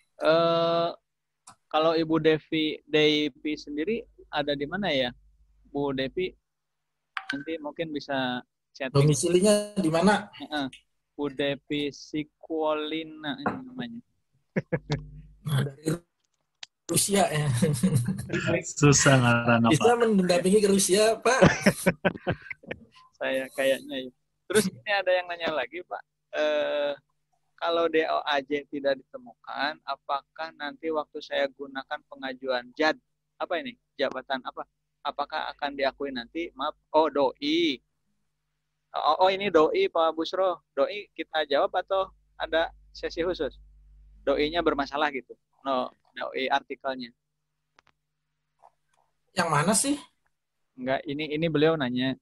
Kalau Ibu Devi sendiri ada di mana ya? Bu Devi nanti mungkin bisa chatting. Domisilinya di mana? Bu Devi Sikwolina ini namanya. Nah, dari Rusia ya. Susah ngaran apa. Bisa mendampingi ke Rusia, Pak. Saya kayaknya ya. Terus ini ada yang nanya lagi, Pak. Kalau DOAJ tidak ditemukan, apakah nanti waktu saya gunakan pengajuan JAD, apa ini? Jabatan apa? Apakah akan diakui nanti? Maaf, doi. Ini doi Pak Busro. Doi kita jawab atau ada sesi khusus? Doi-nya bermasalah gitu. No, doi artikelnya. Yang mana sih? Enggak, ini beliau nanya.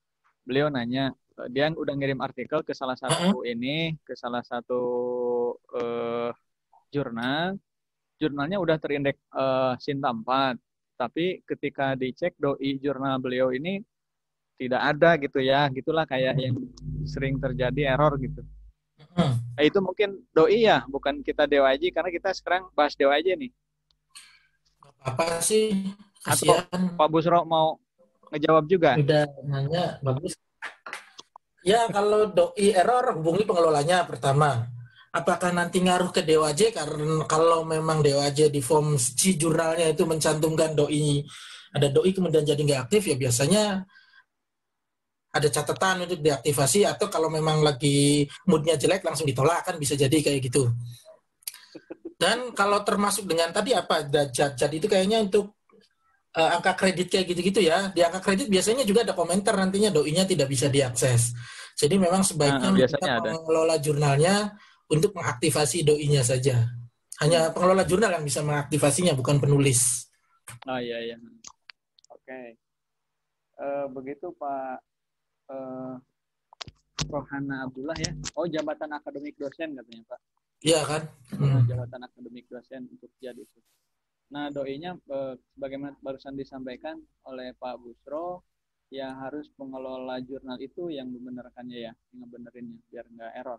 Dia udah ngirim artikel ke salah satu ke salah satu jurnal. Jurnalnya udah terindeks Sinta 4. Tapi ketika dicek doi jurnal beliau ini tidak ada gitu ya. Gitulah kayak yang sering terjadi error gitu. Nah, itu mungkin doi ya, bukan kita DOAJ karena kita sekarang bahas DOAJ nih. Apa sih? Atau Kasihan. Pak Busro mau ngejawab juga? Udah nanya, bagus. Ya, kalau doi error hubungi pengelolanya pertama. Apakah nanti ngaruh ke DOAJ? Karena kalau memang DOAJ di form C jurnalnya itu mencantumkan doi, ada doi kemudian jadi nggak aktif, ya biasanya ada catatan untuk deaktivasi, atau kalau memang lagi moodnya jelek langsung ditolak, kan bisa jadi kayak gitu. Dan kalau termasuk dengan tadi apa, JAD itu kayaknya untuk angka kredit kayak gitu-gitu ya. Di angka kredit biasanya juga ada komentar nantinya doi-nya tidak bisa diakses. Jadi memang sebaiknya kita mengelola jurnalnya untuk mengaktifasi doi-nya saja. Hanya pengelola jurnal yang bisa mengaktifasinya, bukan penulis. Oh iya. Oke. Begitu Pak Rohana Abdullah ya. Oh, jabatan akademik dosen katanya Pak. Iya kan? Jabatan akademik dosen untuk jadi itu. Nah, doi-nya sebagaimana barusan disampaikan oleh Pak Busro, ya harus pengelola jurnal itu yang membenarkannya ya, yang ngebenerinnya biar nggak error.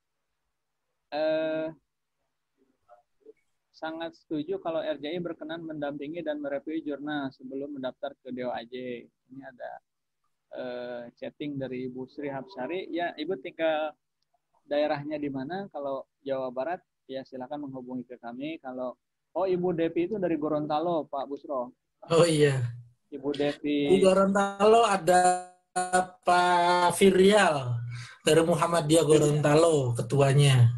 Sangat setuju kalau RJI berkenan mendampingi dan mereview jurnal sebelum mendaftar ke DOAJ. Ini ada chatting dari Ibu Sri Hapsari. Ya, Ibu tinggal daerahnya di mana? Kalau Jawa Barat, ya silakan menghubungi ke kami. Kalau Ibu Devi itu dari Gorontalo, Pak Busro. Oh iya. Ibu Devi. Di Gorontalo ada Pak Firial dari Muhammadiyah Gorontalo, ketuanya.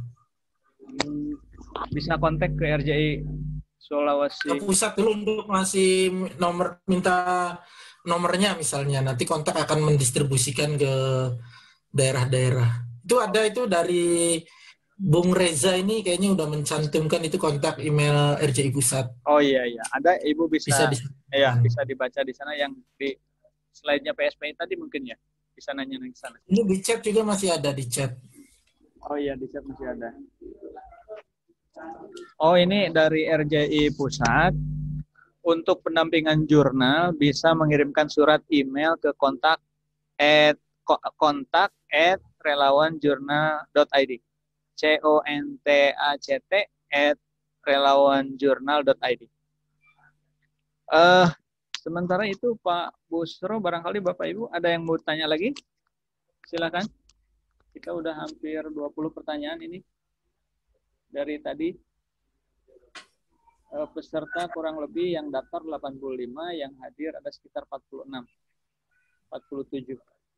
Bisa kontak ke RJI Sulawesi. Ke pusat dulu untuk ngasih nomor, minta nomornya misalnya. Nanti kontak akan mendistribusikan ke daerah-daerah. Itu ada itu dari Bung Reza ini kayaknya udah mencantumkan itu kontak email RJI Pusat. Oh iya. Ada, Ibu bisa dibaca di sana yang di slide-nya PSPI tadi mungkin ya. Bisa nanya di sana. Ini di chat juga masih ada di chat. Oh iya, di chat masih ada. Oh, ini dari RJI Pusat. Untuk pendampingan jurnal bisa mengirimkan surat email ke kontak@relawanjurnal.id. contact@relawanjurnal.id. Sementara itu Pak Busro, barangkali Bapak Ibu ada yang mau tanya lagi? Silakan. Kita udah hampir 20 pertanyaan ini. Dari tadi peserta kurang lebih yang daftar 85, yang hadir ada sekitar 46. 47.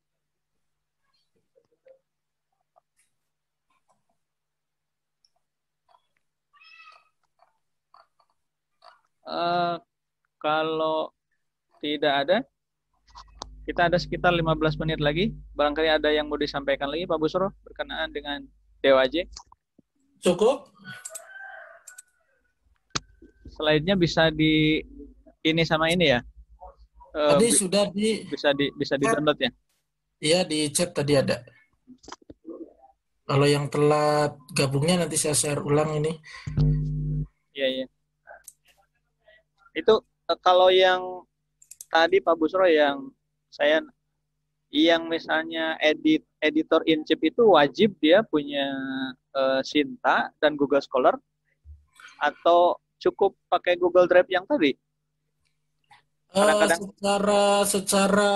Kalau tidak ada, kita ada sekitar 15 menit lagi. Barangkali ada yang mau disampaikan lagi Pak Busro berkenaan dengan DOAJ. Cukup? slide-nya bisa di ini sama ini ya. Tadi sudah di bisa di download ya. Iya, di chat tadi ada. Kalau yang telat gabungnya nanti saya share ulang ini. Iya. Itu kalau yang tadi Pak Busro yang misalnya editor in chief itu wajib dia punya Sinta dan Google Scholar atau cukup pakai Google Drive yang tadi? Kadang-kadang secara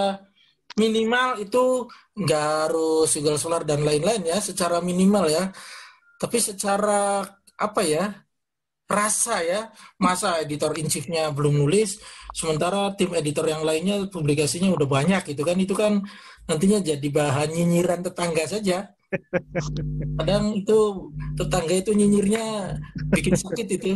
minimal itu nggak harus Google Scholar dan lain-lain ya, secara minimal ya. Tapi secara apa ya, rasa ya, masa editor in chief-nya belum nulis, sementara tim editor yang lainnya publikasinya udah banyak gitu kan, itu kan nantinya jadi bahan nyinyiran tetangga saja. Kadang itu tetangga itu nyinyirnya bikin sakit itu.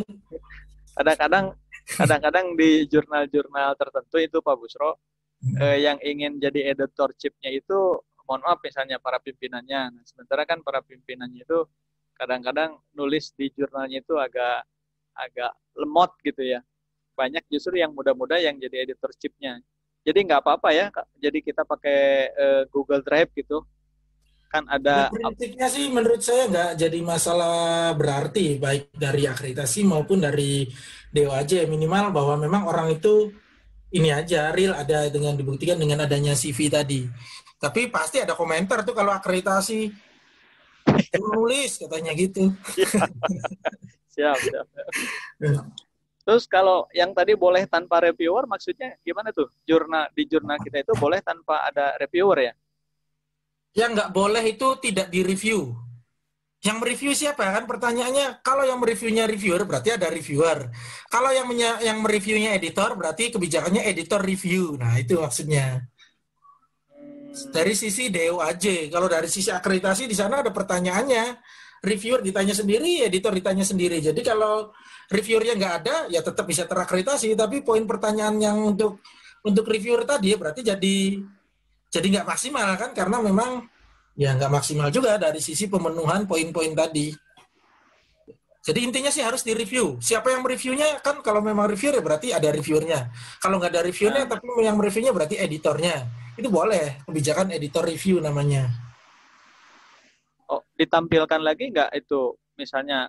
Kadang-kadang di jurnal-jurnal tertentu itu Pak Busro yang ingin jadi editor chief-nya itu mohon maaf misalnya para pimpinannya. Nah, sementara kan para pimpinannya itu kadang-kadang nulis di jurnalnya itu agak lemot gitu ya. Banyak justru yang muda-muda yang jadi editor chief-nya. Jadi nggak apa-apa ya. Jadi kita pakai Google Drive gitu. Kan ada prinsipnya sih menurut saya nggak jadi masalah berarti baik dari akreditasi maupun dari DOAJ, minimal bahwa memang orang itu ini aja real ada dengan dibuktikan dengan adanya CV tadi. Tapi pasti ada komentar tuh kalau akreditasi nulis katanya gitu. Siap. Terus kalau yang tadi boleh tanpa reviewer maksudnya gimana tuh? Di jurnal kita itu boleh tanpa ada reviewer ya? Yang nggak boleh itu tidak di-review. Yang mereview siapa kan pertanyaannya? Kalau yang mereviewnya reviewer berarti ada reviewer. Kalau yang mereviewnya editor berarti kebijakannya editor review. Nah itu maksudnya. Dari sisi DOAJ, kalau dari sisi akreditasi di sana ada pertanyaannya. Reviewer ditanya sendiri, editor ditanya sendiri. Jadi kalau reviewernya nggak ada, ya tetap bisa terakreditasi. Tapi poin pertanyaan yang untuk reviewer tadi berarti jadi nggak maksimal kan? Karena memang ya nggak maksimal juga dari sisi pemenuhan poin-poin tadi. Jadi intinya sih harus di-review. Siapa yang mereviewnya kan kalau memang reviewer ya berarti ada reviewernya. Kalau nggak ada reviewernya tapi yang mereviewnya berarti editornya. Itu boleh, kebijakan editor review namanya. Oh, ditampilkan lagi nggak itu misalnya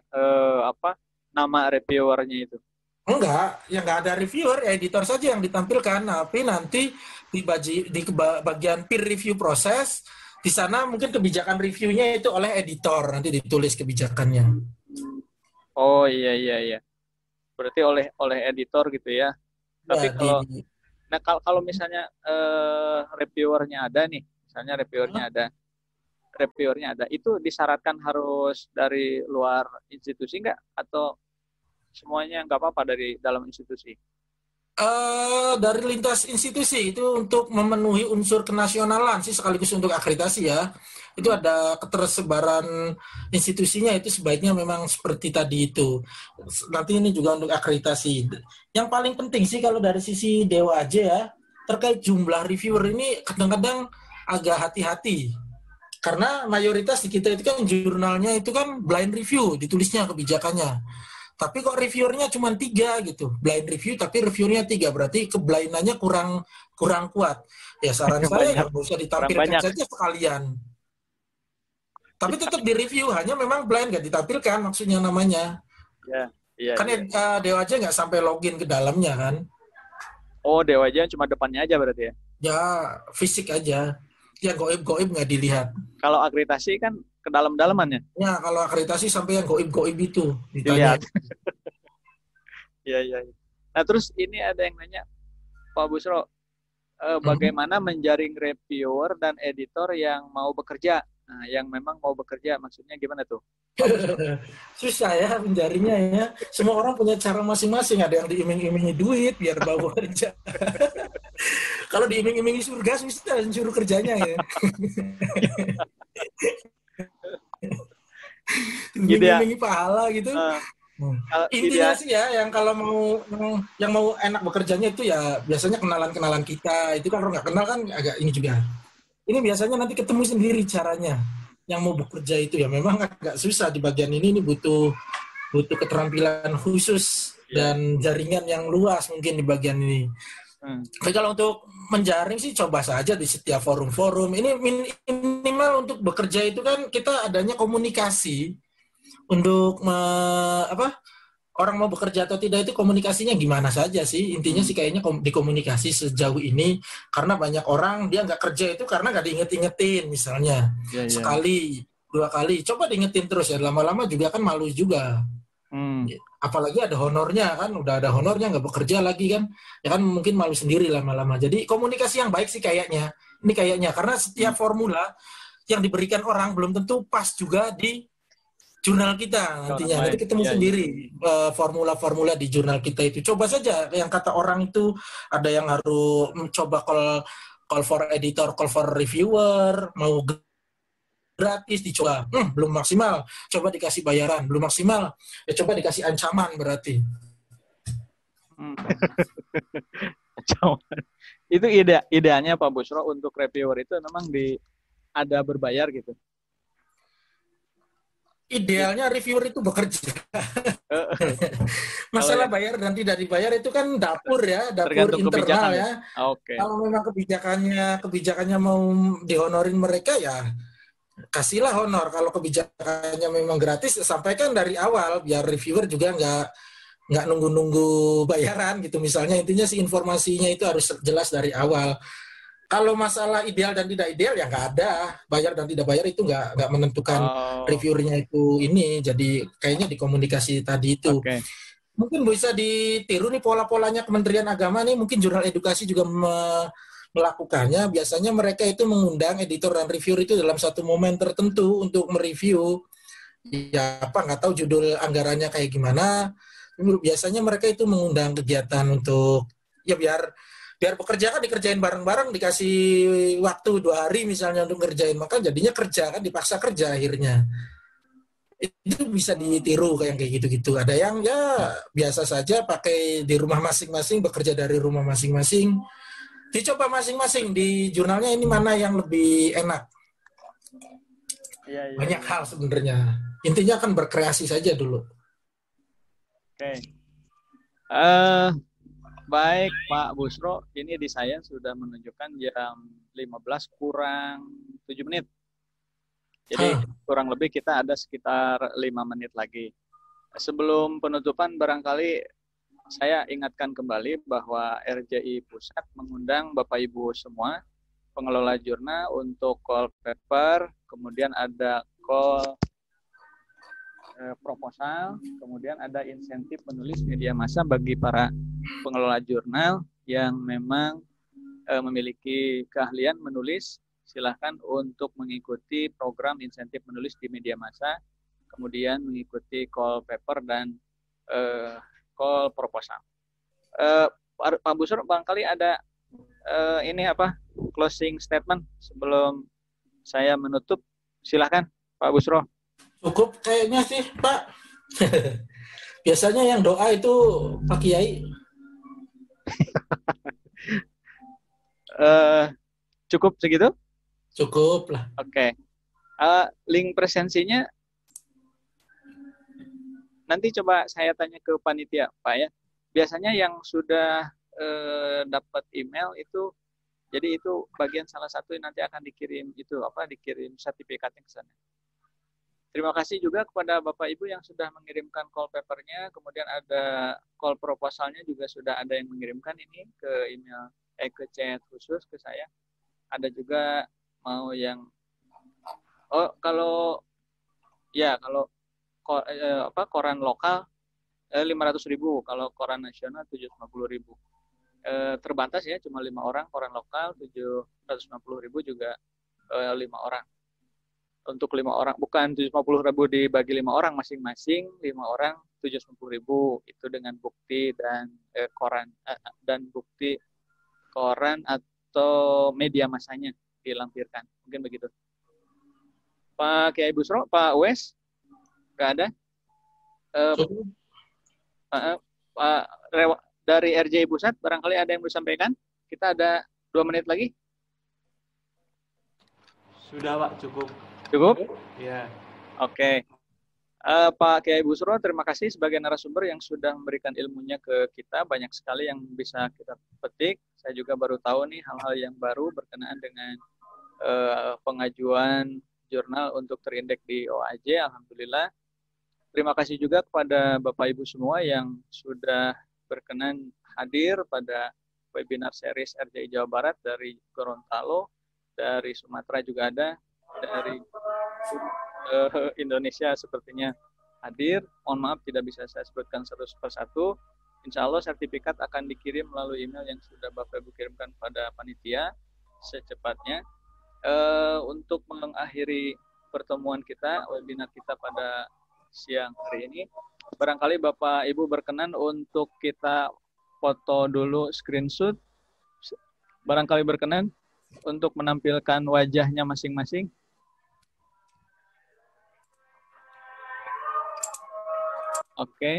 nama reviewernya itu? Enggak, yang nggak ada reviewer, editor saja yang ditampilkan. Tapi nanti di bagian peer review proses, di sana mungkin kebijakan reviewnya itu oleh editor, nanti ditulis kebijakannya. Oh iya. Berarti oleh editor gitu ya. Tapi kalau misalnya reviewernya ada nih, misalnya reviewernya ada, itu disyaratkan harus dari luar institusi nggak? Atau semuanya nggak apa-apa dari dalam institusi? Dari lintas institusi itu untuk memenuhi unsur kenasionalan sih sekaligus untuk akreditasi ya. Itu ada ketersebaran institusinya itu sebaiknya memang seperti tadi itu. Nanti ini juga untuk akreditasi. Yang paling penting sih kalau dari sisi DOAJ ya, terkait jumlah reviewer ini kadang-kadang agak hati-hati. Karena mayoritas di kita itu kan jurnalnya itu kan blind review, ditulisnya kebijakannya. Tapi kok reviewernya cuma 3 gitu, blind review tapi reviewernya 3, berarti keblindanya kurang kuat. Ya saran saya nggak usah ditampilkan saja sekalian. Tapi tetap di review, hanya memang blind nggak ditampilkan maksudnya namanya. Iya. Kan DOAJ nggak sampai login ke dalamnya kan? Oh DOAJ cuma depannya aja berarti ya? Ya fisik aja, yang goib nggak dilihat. Kalau akreditasi kan ke dalam-dalamannya. Ya, kalau akreditasi sampai yang goib itu ditanya. Iya. Nah, terus ini ada yang nanya, Pak Busro, bagaimana menjaring reviewer dan editor yang mau bekerja? Nah, yang memang mau bekerja, maksudnya gimana tuh? Susah ya menjaringnya ya. Semua orang punya cara masing-masing. Ada yang diiming-imingi duit biar bawa kerja. Kalau diiming-imingi surga, susah suruh kerjanya ya. Diiming-imingi pahala gitu. Intinya sih ya, yang kalau mau enak bekerjanya itu ya biasanya kenalan kita. Itu kalau nggak kenal kan agak ini juga. Ini biasanya nanti ketemu sendiri caranya. Yang mau bekerja itu ya memang agak susah di bagian ini butuh keterampilan khusus dan jaringan yang luas mungkin di bagian ini. Tapi kalau untuk menjaring sih coba saja di setiap forum-forum. Ini minimal untuk bekerja itu kan kita adanya komunikasi untuk orang mau bekerja atau tidak itu komunikasinya gimana saja sih. Intinya sih kayaknya dikomunikasi sejauh ini, karena banyak orang dia nggak kerja itu karena nggak diinget-ingetin misalnya. Sekali, 2 kali, coba diingetin terus ya, lama-lama juga kan malu juga. Apalagi ada honornya kan, udah ada honornya nggak bekerja lagi kan, ya kan mungkin malu sendiri lama-lama. Jadi komunikasi yang baik sih kayaknya, karena setiap formula yang diberikan orang belum tentu pas juga di jurnal kita nantinya. Nanti ketemu sendiri formula-formula di jurnal kita itu. Coba saja yang kata orang itu, ada yang harus mencoba call for editor, call for reviewer, mau gratis dicoba, belum maksimal, coba dikasih bayaran, belum maksimal, ya coba dikasih ancaman berarti. Itu idealnya Pak Busro untuk reviewer itu memang ada berbayar gitu. Idealnya reviewer itu bekerja. Masalah bayar dan tidak dibayar itu kan dapur ya, dapur internal ya. Kalau memang kebijakannya mau dihonorin mereka ya kasihlah honor. Kalau kebijakannya memang gratis, sampaikan dari awal biar reviewer juga nggak nunggu-nunggu bayaran gitu misalnya. Intinya sih informasinya itu harus jelas dari awal. Kalau masalah ideal dan tidak ideal ya nggak ada. Bayar dan tidak bayar itu nggak menentukan reviewernya itu ini. Jadi kayaknya di komunikasi tadi itu. Mungkin bisa ditiru nih pola-polanya Kementerian Agama nih. Mungkin Jurnal Edukasi juga melakukannya. Biasanya mereka itu mengundang editor dan reviewer itu dalam satu momen tertentu untuk mereview. Ya nggak tahu judul anggarannya kayak gimana. Biasanya mereka itu mengundang kegiatan untuk ya biar bekerja kan dikerjain bareng-bareng, dikasih waktu 2 hari misalnya untuk ngerjain, maka jadinya kerja kan, dipaksa kerja akhirnya. Itu bisa ditiru kayak gitu-gitu. Ada yang ya biasa saja pakai di rumah masing-masing, bekerja dari rumah masing-masing. Dicoba masing-masing di jurnalnya ini mana yang lebih enak. Banyak hal sebenarnya. Intinya kan berkreasi saja dulu. Baik Pak Busro, ini di saya sudah menunjukkan jam 15 kurang 7 menit. Jadi kurang lebih kita ada sekitar 5 menit lagi. Sebelum penutupan barangkali saya ingatkan kembali bahwa RJI Pusat mengundang Bapak Ibu semua pengelola jurnal untuk call paper, kemudian ada call proposal, kemudian ada insentif menulis media massa bagi para pengelola jurnal yang memang memiliki keahlian menulis. Silahkan untuk mengikuti program insentif menulis di media massa, kemudian mengikuti call paper dan call proposal. Pak Busro, barangkali ada closing statement sebelum saya menutup. Silahkan Pak Busro. Cukup kayaknya sih Pak. Biasanya yang doa itu Pak Kiai. Cukup segitu? Cukup lah. Oke. Link presensinya nanti coba saya tanya ke panitia Pak ya. Biasanya yang sudah dapat email itu, jadi itu bagian salah satu yang nanti akan dikirim dikirim sertifikatnya ke sana. Terima kasih juga kepada Bapak Ibu yang sudah mengirimkan call papernya, kemudian ada call proposalnya juga sudah ada yang mengirimkan ini ke email, ke chat khusus ke saya. Ada juga mau yang, kalau koran lokal 500.000, kalau koran nasional 750.000. Terbatas ya, cuma 5 orang koran lokal, 750.000 juga 5 orang. Untuk 5 orang, bukan 750.000 dibagi 5 orang, masing-masing 5 orang 750.000 itu dengan bukti dan koran dan bukti koran atau media massanya dilampirkan. Mungkin begitu. Pak Kiai Busro, Pak Wes, nggak ada? Pak dari RJI Pusat, barangkali ada yang mau disampaikan? Kita ada 2 menit lagi. Sudah Pak, cukup. Cukup? Ya. Oke. Pak Kiai Busro, terima kasih sebagai narasumber yang sudah memberikan ilmunya ke kita. Banyak sekali yang bisa kita petik. Saya juga baru tahu nih hal-hal yang baru berkenaan dengan pengajuan jurnal untuk terindeks di OAJ. Alhamdulillah. Terima kasih juga kepada Bapak Ibu semua yang sudah berkenan hadir pada webinar series RJI Jawa Barat dari Gorontalo, dari Sumatera juga ada, dari Indonesia sepertinya hadir. Mohon maaf tidak bisa saya sebutkan satu persatu. Insya Allah sertifikat akan dikirim melalui email yang sudah Bapak Ibu kirimkan pada panitia secepatnya. Untuk mengakhiri pertemuan kita, webinar kita pada siang hari ini, barangkali Bapak Ibu berkenan untuk kita foto dulu screenshot. Barangkali berkenan untuk menampilkan wajahnya masing-masing. Oke.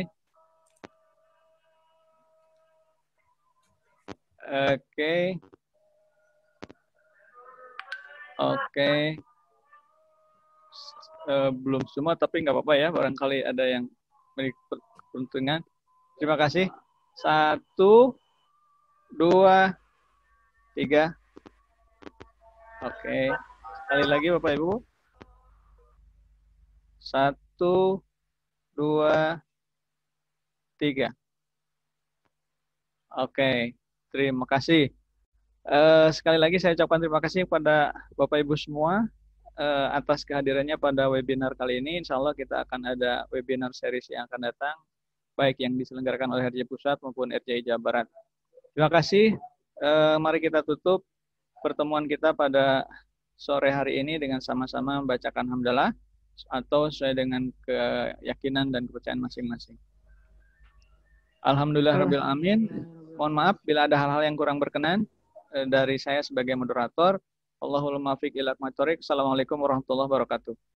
Belum semua, tapi nggak apa-apa ya. Barangkali ada yang memiliki peruntungan. Terima kasih. 1, 2, 3. Oke. Sekali lagi Bapak Ibu. 1, 2, 3. Oke, terima kasih. Sekali lagi saya ucapkan terima kasih kepada Bapak Ibu semua atas kehadirannya pada webinar kali ini. Insya Allah kita akan ada webinar series yang akan datang, baik yang diselenggarakan oleh RJI Pusat maupun RJI Jawa Barat. Terima kasih. Mari kita tutup pertemuan kita pada sore hari ini dengan sama-sama membacakan hamdalah atau sesuai dengan keyakinan dan kepercayaan masing-masing. Alhamdulillahirabbil alamin. Mohon maaf bila ada hal-hal yang kurang berkenan dari saya sebagai moderator. Allahul muwaffiq ila aqwamit thoriq. Assalamualaikum warahmatullahi wabarakatuh.